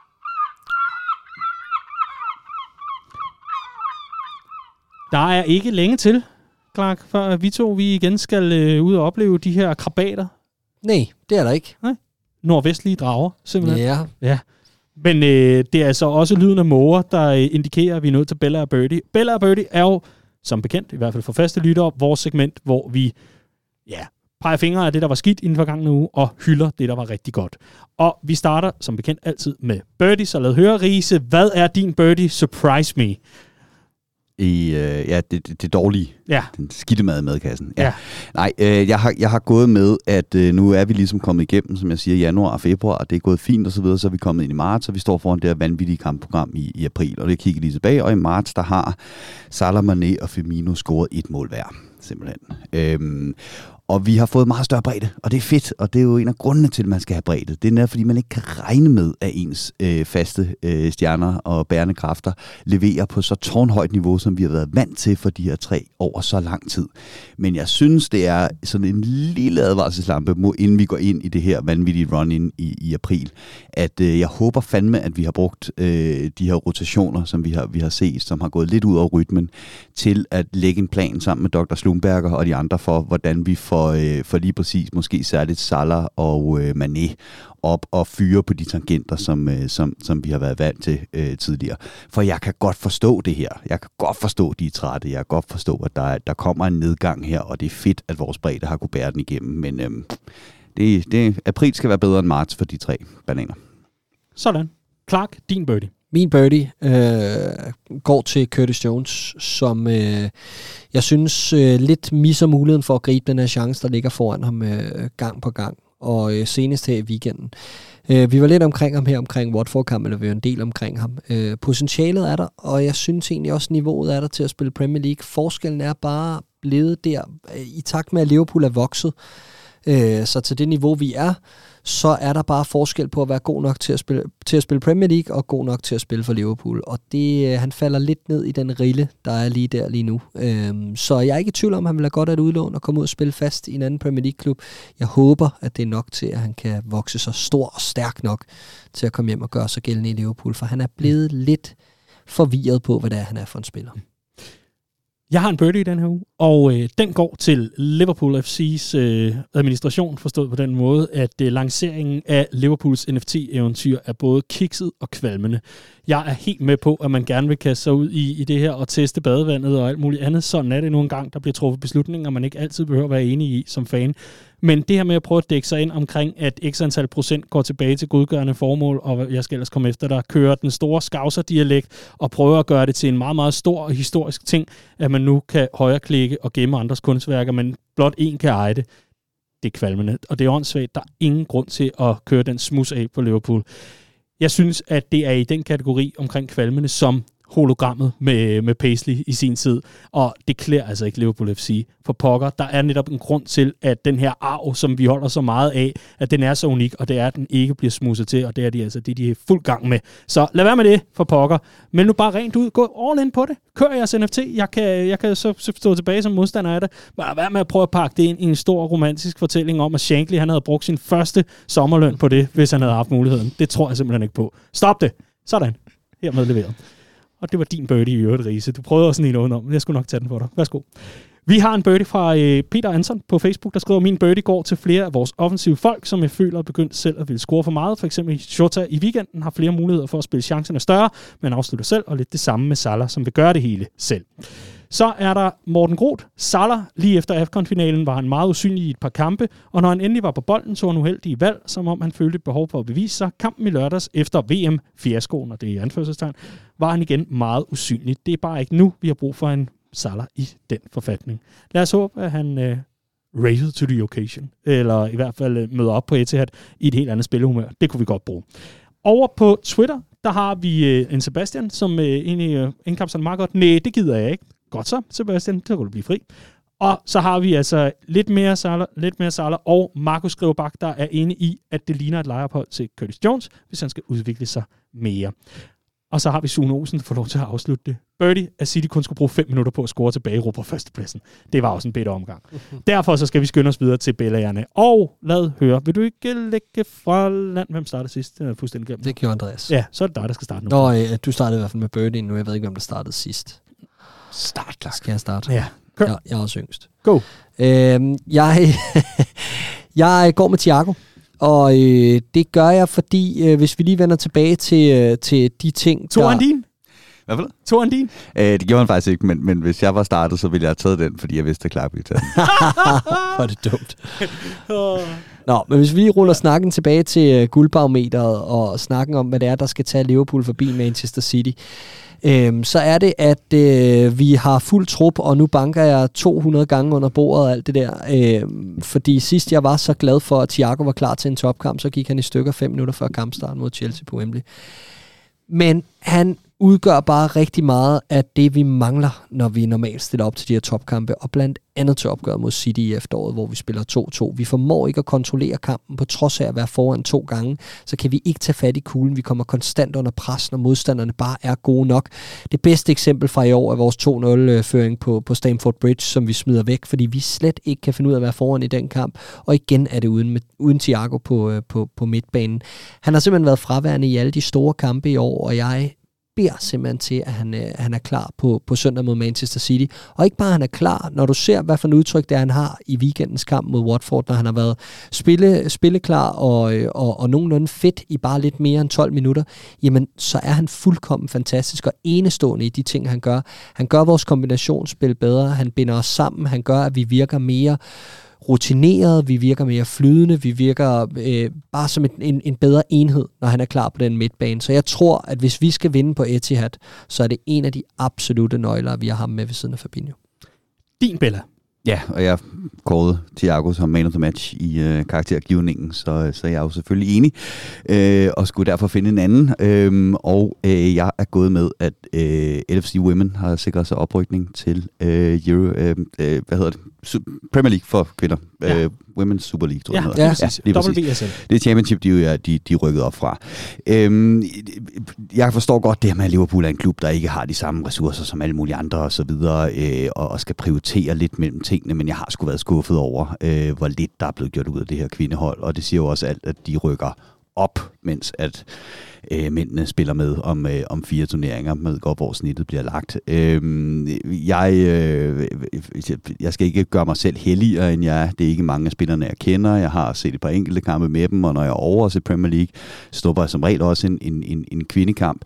A: Der er ikke længe til, Clark, før vi to vi igen skal øh, ud og opleve de her krabater.
C: Nej, det er der ikke.
A: Nej. Nordvestlige drager, simpelthen.
C: Ja.
A: Ja. Men øh, det er altså også lyden af måger, der øh, indikerer, at vi er nødt til Bella og Birdie. Bella og Birdie er jo, som bekendt, i hvert fald for faste lyttere, vores segment, hvor vi ja, peger fingre af det, der var skidt i den forgangne uge, og hylder det, der var rigtig godt. Og vi starter, som bekendt, altid med Birdie, så lad høre, Riese, hvad er din Birdie? Surprise me.
B: I, øh, ja, det, det, det dårlige.
A: Ja.
B: Den skidte mad i madkassen. Ja.
A: Ja.
B: Nej, øh, jeg, har, jeg har gået med, at øh, nu er vi ligesom kommet igennem, som jeg siger, januar og februar, og det er gået fint og så videre, så er vi kommet ind i marts, og vi står foran det her vanvittige kampprogram i, i april, og det kigger lige tilbage, og i marts, der har Salah, Mané og Firmino scoret et mål hver, simpelthen. Øhm, Og vi har fået meget større bredde, og det er fedt, og det er jo en af grundene til, at man skal have bredde. Det er fordi man ikke kan regne med, at ens øh, faste øh, stjerner og bærende kræfter leverer på så tårnhøjt niveau, som vi har været vant til for de her tre over så lang tid. Men jeg synes, det er sådan en lille advarselslampe, inden vi går ind i det her vanvittige run-in i, i april, at øh, jeg håber fandme, at vi har brugt øh, de her rotationer, som vi har, vi har set, som har gået lidt ud over rytmen, til at lægge en plan sammen med doktor Slumberger og de andre for, hvordan vi får For, for lige præcis måske særligt Salah og øh, Mané op og fyre på de tangenter, som, øh, som, som vi har været vant til øh, tidligere. For jeg kan godt forstå det her. Jeg kan godt forstå, at de er trætte. Jeg kan godt forstå, at der, der kommer en nedgang her, og det er fedt, at vores bredde har kunne bære den igennem. Men øh, det, det, april skal være bedre end marts for de tre bananer.
A: Sådan. Clark, din Birdie.
C: Min birdie øh, går til Curtis Jones, som øh, jeg synes øh, lidt misser muligheden for at gribe den her chance, der ligger foran ham øh, gang på gang, og øh, senest her i weekenden. Øh, vi var lidt omkring ham her, omkring Watford-kampen, eller vi var en del omkring ham. Øh, potentialet er der, og jeg synes egentlig også, niveauet er der til at spille Premier League. Forskellen er bare blevet der, øh, i takt med, at Liverpool er vokset. Øh, så til det niveau, vi er, så er der bare forskel på at være god nok til at spille, til at spille Premier League, og god nok til at spille for Liverpool. Og det, han falder lidt ned i den rille, der er lige der lige nu. Øhm, så jeg er ikke i tvivl om, at han vil have godt af et udlån og komme ud og spille fast i en anden Premier League-klub. Jeg håber, at det er nok til, at han kan vokse så stor og stærk nok til at komme hjem og gøre sig gældende i Liverpool, for han er blevet lidt forvirret på, hvad det er, han er for en spiller.
A: Jeg har en birdie i den her uge, og øh, den går til Liverpool F C's øh, administration, forstået på den måde, at øh, lanceringen af Liverpools N F T-eventyr er både kikset og kvalmende. Jeg er helt med på, at man gerne vil kaste sig ud i, i det her og teste badevandet og alt muligt andet. Sådan er det nu engang, der bliver truffet beslutninger, man ikke altid behøver at være enig i som fan. Men det her med at prøve at dække sig ind omkring, at x antal procent går tilbage til godgørende formål, og jeg skal ellers komme efter, der kører den store skavser-dialekt og prøver at gøre det til en meget, meget stor og historisk ting, at man nu kan højreklikke og gemme andres kunstværker, men blot én kan eje det. Det er kvalmende, og det er åndssvagt. Der er ingen grund til at køre den smus af på Liverpool. Jeg synes, at det er i den kategori omkring kvalmende, som hologrammet med, med Paisley i sin tid, og det klæder altså ikke Liverpool F C for pokker. Der er netop en grund til, at den her arv, som vi holder så meget af, at den er så unik, og det er, at den ikke bliver smusset til, og det er de altså det, de er fuld gang med. Så lad være med det for pokker, men nu bare rent ud, gå all in på det. Kør jeres N F T, jeg kan, jeg kan så, så stå tilbage som modstander af det. Bare vær med at prøve at pakke det ind i en stor romantisk fortælling om, at Shankly han havde brugt sin første sommerløn på det, hvis han havde haft muligheden. Det tror jeg simpelthen ikke på. Stop det. Sådan. Hermed leveret. Og det var din birdie i øvrigt, Riese. Du prøvede også lige noget om, men jeg skulle nok tage den for dig. Værsgo. Vi har en birdie fra øh, Peter Anson på Facebook, der skriver, min birdie går til flere af vores offensive folk, som jeg føler er begyndt selv at ville score for meget. For eksempel Jota i weekenden har flere muligheder for at spille chancerne større, men afslutter selv, og lidt det samme med Salah, som vil gøre det hele selv. Så er der Morten Groth. Salah, lige efter A F C-finalen, var han meget usynlig i et par kampe, og når han endelig var på bolden, så han uheldig i valg, som om han følte et behov for at bevise sig. Kampen i lørdags efter V M-fiaskoen, og det er i anførselstegn, var han igen meget usynlig. Det er bare ikke nu, vi har brug for en Salah i den forfatning. Lad os håbe, at han øh, raised to the occasion, eller i hvert fald øh, møder op på Etihad i et helt andet spillehumør. Det kunne vi godt bruge. Over på Twitter, der har vi øh, en Sebastian, som øh, egentlig øh, indkapsler meget godt. Næh, det gider jeg ikke. Godt så, Sebastian, så kan du blive fri. Og så har vi altså lidt mere Salah, lidt mere Salah og Markus skriver bak, der er inde i, at det ligner et lejeophold til Curtis Jones, hvis han skal udvikle sig mere. Og så har vi Sune Olsen, der får lov til at afslutte det. Birdie, at City kun skulle bruge fem minutter på at score tilbage i Europa førstepladsen. Det var også en bedre omgang. Derfor så skal vi skynde os videre til Bellagerne. Og lad høre, vil du ikke lægge fra land? Hvem startede sidst? Det er fuldstændig glemt.
C: Det gjorde Andreas.
A: Ja, så er det dig, der skal starte nu.
C: Nå, øh, du startede i hvert fald med Birdie nu. Jeg ved ikke, hvem der startede sidst.
A: Start klar.
C: Skal jeg starte?
A: Ja. Kør.
C: Jeg, jeg er også yngst.
A: Go.
C: Øhm, jeg, jeg går med Thiago. Og øh, det gør jeg, fordi øh, hvis vi lige vender tilbage til, øh, til de ting,
A: Tog
C: der...
A: han din?
B: Hvad for det?
A: Tog han din?
B: Øh, det gjorde han faktisk ikke, men, men hvis jeg var startet, så ville jeg have taget den, fordi jeg vidste, at Clark ville tage den.
C: Hvor er det dumt. Nå, men hvis vi lige ruller snakken tilbage til uh, guldbarometeret og snakken om, hvad det er, der skal tage Liverpool forbi Manchester City, øhm, så er det, at øh, vi har fuld trup, og nu banker jeg to hundrede gange under bordet og alt det der. Øhm, fordi sidst jeg var så glad for, at Thiago var klar til en topkamp, så gik han i stykker fem minutter før kampstarten mod Chelsea på Wembley. Men han udgør bare rigtig meget af det, vi mangler, når vi normalt stiller op til de her topkampe, og blandt andet til opgøret mod City i efteråret, hvor vi spiller to to. Vi formår ikke at kontrollere kampen, på trods af at være foran to gange, så kan vi ikke tage fat i kuglen. Vi kommer konstant under pres, når modstanderne bare er gode nok. Det bedste eksempel fra i år er vores to nul-føring på, på Stamford Bridge, som vi smider væk, fordi vi slet ikke kan finde ud af at være foran i den kamp, og igen er det uden, med, uden Thiago på, på, på midtbanen. Han har simpelthen været fraværende i alle de store kampe i år, og jeg beder simpelthen til, at han, øh, han er klar på, på søndag mod Manchester City. Og ikke bare, at han er klar, når du ser, hvad for en udtryk det er, han har i weekendens kamp mod Watford, når han har været spille, spilleklar og, øh, og, og nogenlunde fedt i bare lidt mere end tolv minutter, jamen, så er han fuldkommen fantastisk og enestående i de ting, han gør. Han gør vores kombinationsspil bedre, han binder os sammen, han gør, at vi virker mere rutineret, vi virker mere flydende, vi virker øh, bare som en, en, en bedre enhed, når han er klar på den midtbane. Så jeg tror, at hvis vi skal vinde på Etihad, så er det en af de absolute nøgler, vi har ham med ved siden af Fabinho.
A: Din Bella.
B: Ja, og jeg kårede Thiago som man of the match i øh, karaktergivningen, så, så jeg er jo selvfølgelig enig, øh, og skulle derfor finde en anden. Øh, og øh, jeg er gået med, at øh, L F C Women har sikret sig oprykning til øh, Euro, øh, øh, hvad hedder det? Premier League for kvinder.
A: Ja.
B: Øh, Women's Super League, tror
A: ja,
B: jeg.
A: Ja,
B: ja,
A: det er W S L.
B: Det er championship, de, jo, de, de er rykket op fra. Øhm, jeg forstår godt det her med, at Liverpool er en klub, der ikke har de samme ressourcer som alle mulige andre og så videre, øh, og skal prioritere lidt mellem tingene, men jeg har sgu været skuffet over, øh, hvor lidt der er blevet gjort ud af det her kvindehold, og det siger jo også alt, at de rykker op, mens at øh, mændene spiller med om, øh, om fire turneringer, med godt, hvor snittet bliver lagt. Øh, jeg, øh, jeg skal ikke gøre mig selv helligere, end jeg er. Det er ikke mange af spillerne, jeg kender. Jeg har set et par enkelte kampe med dem, og når jeg er over til Premier League, stopper jeg som regel også en, en, en, en kvindekamp.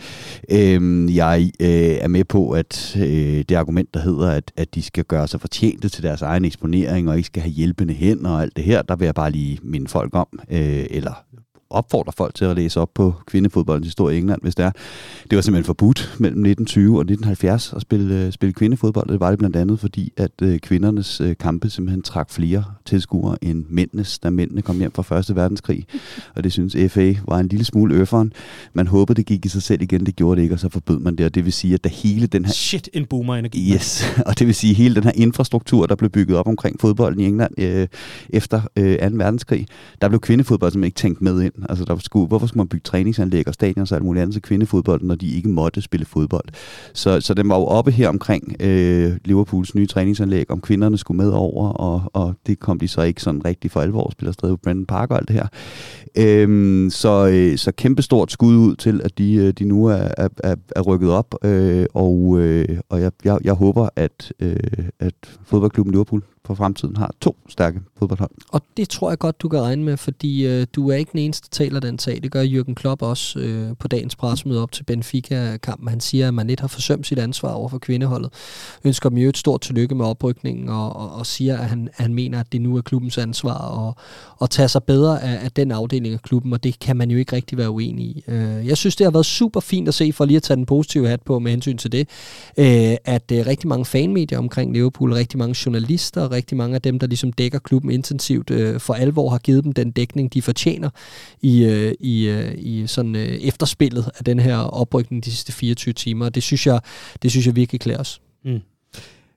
B: Øh, jeg øh, er med på, at øh, det argument, der hedder, at, at de skal gøre sig fortjente til deres egen eksponering, og ikke skal have hjælpende hænder og alt det her, der vil jeg bare lige minde folk om, øh, eller opfordrer folk til at læse op på kvindefodboldens historie i England, hvis det er. Det var simpelthen forbudt mellem nitten tyve og nitten halvfjerds at spille, spille kvindefodbold. Det var det blandt andet, fordi at øh, kvindernes øh, kampe simpelthen trak flere tilskuere end mændenes, da mændene kom hjem fra første verdenskrig. Og det synes F A var en lille smule øfferen. Man håbede, det gik i sig selv igen. Det gjorde det ikke, og så forbød man det. Og det vil sige, at da hele den her...
A: Shit, en boomer-energi.
B: Yes, og det vil sige, at hele den her infrastruktur, der blev bygget op omkring fodbolden i England øh, efter øh, anden verdenskrig, der blev kvindefodbold simpelthen ikke tænkt med ind. Altså, der skulle, hvorfor skulle man bygge træningsanlæg og stadion og så alt muligt andet til kvindefodbold, når de ikke måtte spille fodbold? Så, så den var jo oppe her omkring øh, Liverpools nye træningsanlæg, om kvinderne skulle med over, og, og det kom de så ikke sådan rigtig for alvor, spiller stadig på Brandon Park og alt det her. Øhm, så, øh, så kæmpestort skud ud til, at de, de nu er, er, er rykket op, øh, og, øh, og jeg, jeg, jeg håber, at, øh, at fodboldklubben Liverpool for fremtiden har to stærke fodboldhold.
C: Og det tror jeg godt, du kan regne med, fordi øh, du er ikke den eneste, der taler den sag. Det gør Jürgen Klopp også øh, på dagens pressemøde op til Benfica-kampen. Han siger, at man lidt har forsømt sit ansvar over for kvindeholdet. Ønsker dem jo et stort tillykke med oprykningen, og, og, og siger, at han, han mener, at det nu er klubbens ansvar at, at tage sig bedre af, af den afdeling af klubben, og det kan man jo ikke rigtig være uenig i. Øh, jeg synes, det har været super fint at se, for lige at tage den positive hat på med hensyn til det, øh, at øh, rigtig mange fanmedier omkring Liverpool, rigtig mange journalister, rigtig mange af dem, der ligesom dækker klubben intensivt, øh, for alvor har givet dem den dækning, de fortjener i, øh, i, øh, i sådan øh, efterspillet af den her oprykning de sidste fireogtyve timer. Det synes jeg, det synes jeg virkelig klæder os.
A: Mm.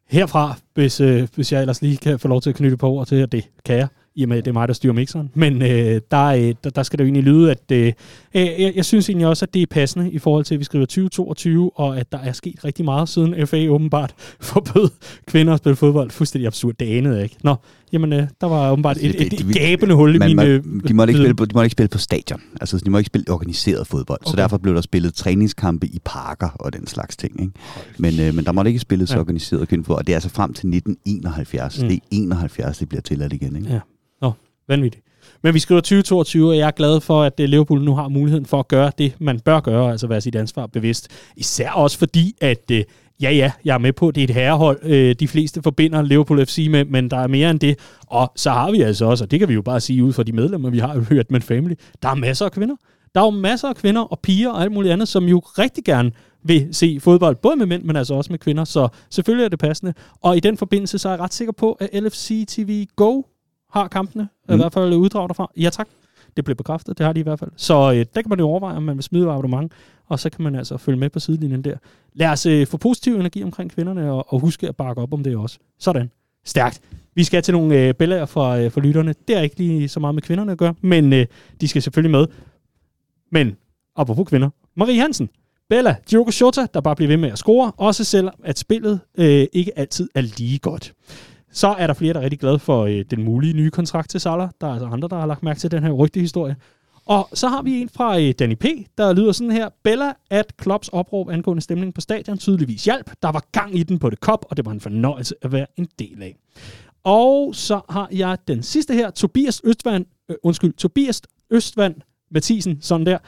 A: herfra, hvis, øh, hvis jeg ellers lige kan få lov til at knytte på ord til, at det kan jeg, i og med, at det er mig, der styrer mixeren. Men øh, der, øh, der, der skal det jo egentlig lyde, at øh, jeg, jeg synes egentlig også, at det er passende i forhold til, at vi skriver tyve toogtyve, og at der er sket rigtig meget, siden F A åbenbart forbød kvinder at spille fodbold. Fuldstændig absurd, det anede jeg ikke. Nå, jamen, øh, der var åbenbart et, et, et, et gabende hul i mine...
B: De må ikke spille på, de må ikke spille på stadion. Altså, de må ikke spille organiseret fodbold. Okay. Så derfor blev der spillet træningskampe i parker og den slags ting. Ikke? Men, øh, men der må ikke spilles ja. organiseret kvindefodbold, og det er altså frem til nitten enoghalvfjerds. Mm. Det er enoghalvfjerds, det bliver tilladt igen. Ikke? Ja.
A: Nå, vanvittigt. Men vi skriver tyve toogtyve, og jeg er glad for, at Liverpool nu har muligheden for at gøre det, man bør gøre, altså være sit ansvar bevidst. Især også fordi, at ja, ja, jeg er med på, det er et herrehold, de fleste forbinder Liverpool F C med, men der er mere end det. Og så har vi altså også, og det kan vi jo bare sige ud fra de medlemmer, vi har jo hørt med Family, der er masser af kvinder. Der er jo masser af kvinder og piger og alt muligt andet, som jo rigtig gerne vil se fodbold, både med mænd, men altså også med kvinder. Så selvfølgelig er det passende. Og i den forbindelse, så er jeg ret sikker på, at L F C T V Go har kampene, mm. i hvert fald uddrag derfra. Ja tak, det blev bekræftet, det har de i hvert fald. Så øh, der kan man jo overveje, om man vil smide abonnement, og så kan man altså følge med på sidelinjen der. Lad os øh, få positiv energi omkring kvinderne, og, og huske at bakke op om det også. Sådan. Stærkt. Vi skal til nogle øh, billeder fra, øh, fra lytterne. Det er ikke lige så meget med kvinderne at gøre, men øh, de skal selvfølgelig med. Men, apropos kvinder, Marie Hansen, Bella, Diogo Jota, der bare bliver ved med at score, også selvom at spillet øh, ikke altid er lige godt. Så er der flere, der er rigtig glade for øh, den mulige nye kontrakt til Salah. Der er altså andre, der har lagt mærke til den her rygtehistorie. Og så har vi en fra øh, Danny P., der lyder sådan her. Bella, at Klopps opråb angående stemningen på stadion tydeligvis hjalp. Der var gang i den på det kop, og det var en fornøjelse at være en del af. Og så har jeg den sidste her. Tobias Østvand, øh, undskyld, Tobias Østvand Mathisen, sådan der.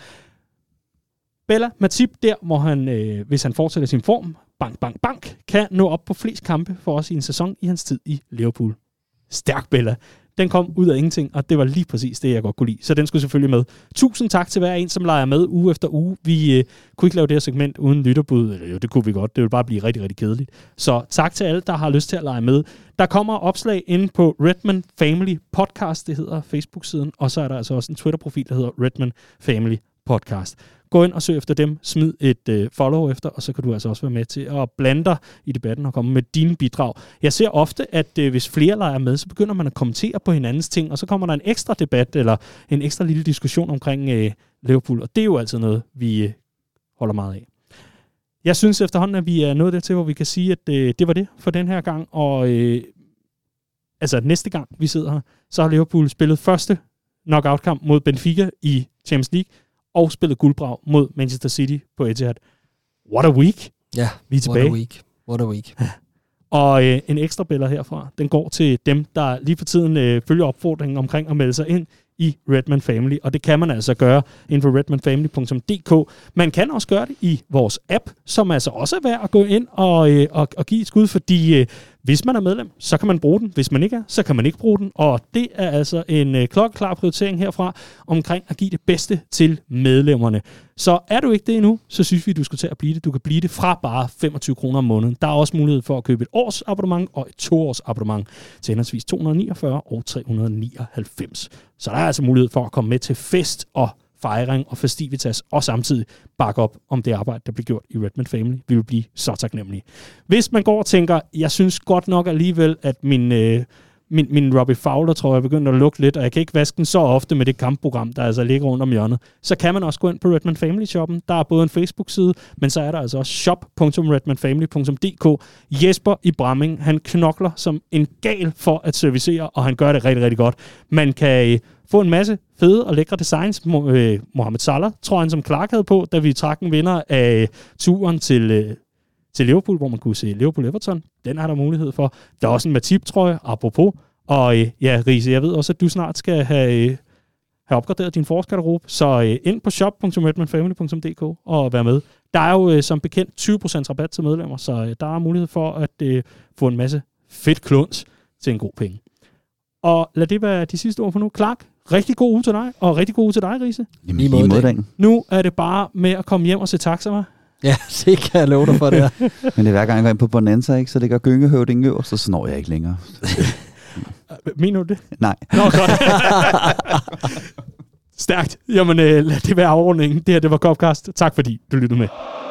A: Bella Matip der, hvor han, øh, hvis han fortsætter sin form, bank, bank, bank, kan nå op på flest kampe for os i en sæson i hans tid i Liverpool. Stærk Bella. Den kom ud af ingenting, og det var lige præcis det, jeg godt kunne lide. Så den skulle selvfølgelig med. Tusind tak til hver en, som leger med uge efter uge. Vi øh, kunne ikke lave det her segment uden lytterbud. Eller jo, det kunne vi godt. Det ville bare blive rigtig, rigtig kedeligt. Så tak til alle, der har lyst til at lege med. Der kommer opslag inde på Redman Family Podcast, det hedder Facebook-siden. Og så er der altså også en Twitter-profil, der hedder Redman Family Podcast. Gå ind og søg efter dem, smid et øh, follow efter, og så kan du altså også være med til at blande dig i debatten og komme med dine bidrag. Jeg ser ofte, at øh, hvis flere leger med, så begynder man at kommentere på hinandens ting, og så kommer der en ekstra debat, eller en ekstra lille diskussion omkring øh, Liverpool, og det er jo altid noget, vi øh, holder meget af. Jeg synes efterhånden, at vi er nået dertil, hvor vi kan sige, at øh, det var det for den her gang, og øh, altså næste gang vi sidder her, så har Liverpool spillet første knockout-kamp mod Benfica i Champions League, og spillet guldbrag mod Manchester City på Etihad. What a week.
C: Ja,
A: vi er tilbage.
C: What a week. What a week.
A: Og øh, en ekstra billede herfra, den går til dem, der lige for tiden øh, følger opfordringen omkring at melde sig ind i Redman Family, og det kan man altså gøre inden for redman family punktum d k. Man kan også gøre det i vores app, som altså også er værd at gå ind og, øh, og, og give et skud, fordi øh, hvis man er medlem, så kan man bruge den. Hvis man ikke er, så kan man ikke bruge den, og det er altså en øh, klokkeklar prioritering herfra omkring at give det bedste til medlemmerne. Så er du ikke det endnu, så synes vi, du skal til at blive det. Du kan blive det fra bare femogtyve kroner om måneden. Der er også mulighed for at købe et års abonnement og et to års abonnement til henholdsvis to hundrede niogfyrre og tre hundrede nioghalvfems. Så der er altså mulighed for at komme med til fest og fejring og festivitas, og samtidig bakke op om det arbejde, der bliver gjort i Redman Family. Vi vil blive så taknemmelige. Hvis man går og tænker, jeg synes godt nok alligevel, at min, øh, min, min Robbie Fowler, tror jeg, begynder at lugte lidt, og jeg kan ikke vaske den så ofte med det kampprogram, der altså ligger rundt om hjørnet, så kan man også gå ind på Redman Family shoppen. Der er både en Facebook-side, men så er der altså også shop punktum redman family punktum d k. Jesper i Bramming, han knokler som en gal for at servicere, og han gør det rigtig, rigtig godt. Man kan øh, få en masse fede og lækre designs. Øh, Mohamed Salah, tror han, som Clark havde på, da vi trak en vinder af turen til, øh, til Liverpool, hvor man kunne se Liverpool-Everton. Den er der mulighed for. Der er også en Matip-trøje, apropos. Og øh, ja, Riese, jeg ved også, at du snart skal have, øh, have opgraderet din forårsgarderobe, så øh, ind på shop punktum redman family punktum d k og vær med. Der er jo øh, som bekendt tyve procent rabat til medlemmer, så øh, der er mulighed for at øh, få en masse fedt kluns til en god penge. Og lad det være de sidste ord for nu. Clark, rigtig god uge til dig, og rigtig god uge til dig, Riese.
B: Jamen, lige måde.
A: Nu er det bare med at komme hjem og se taxa, hva'?
C: Ja, det kan jeg love dig for, det her.
B: Men det er hver gang, jeg går ind på Bonanza, ikke, så det gør gyngehøvdingen øverst, så snor jeg ikke længere.
A: Mener du det?
B: Nej.
A: Nå, godt. Stærkt. Jamen, øh, lad det være afrundingen. Det her, det var Copcast. Tak fordi du lyttede med.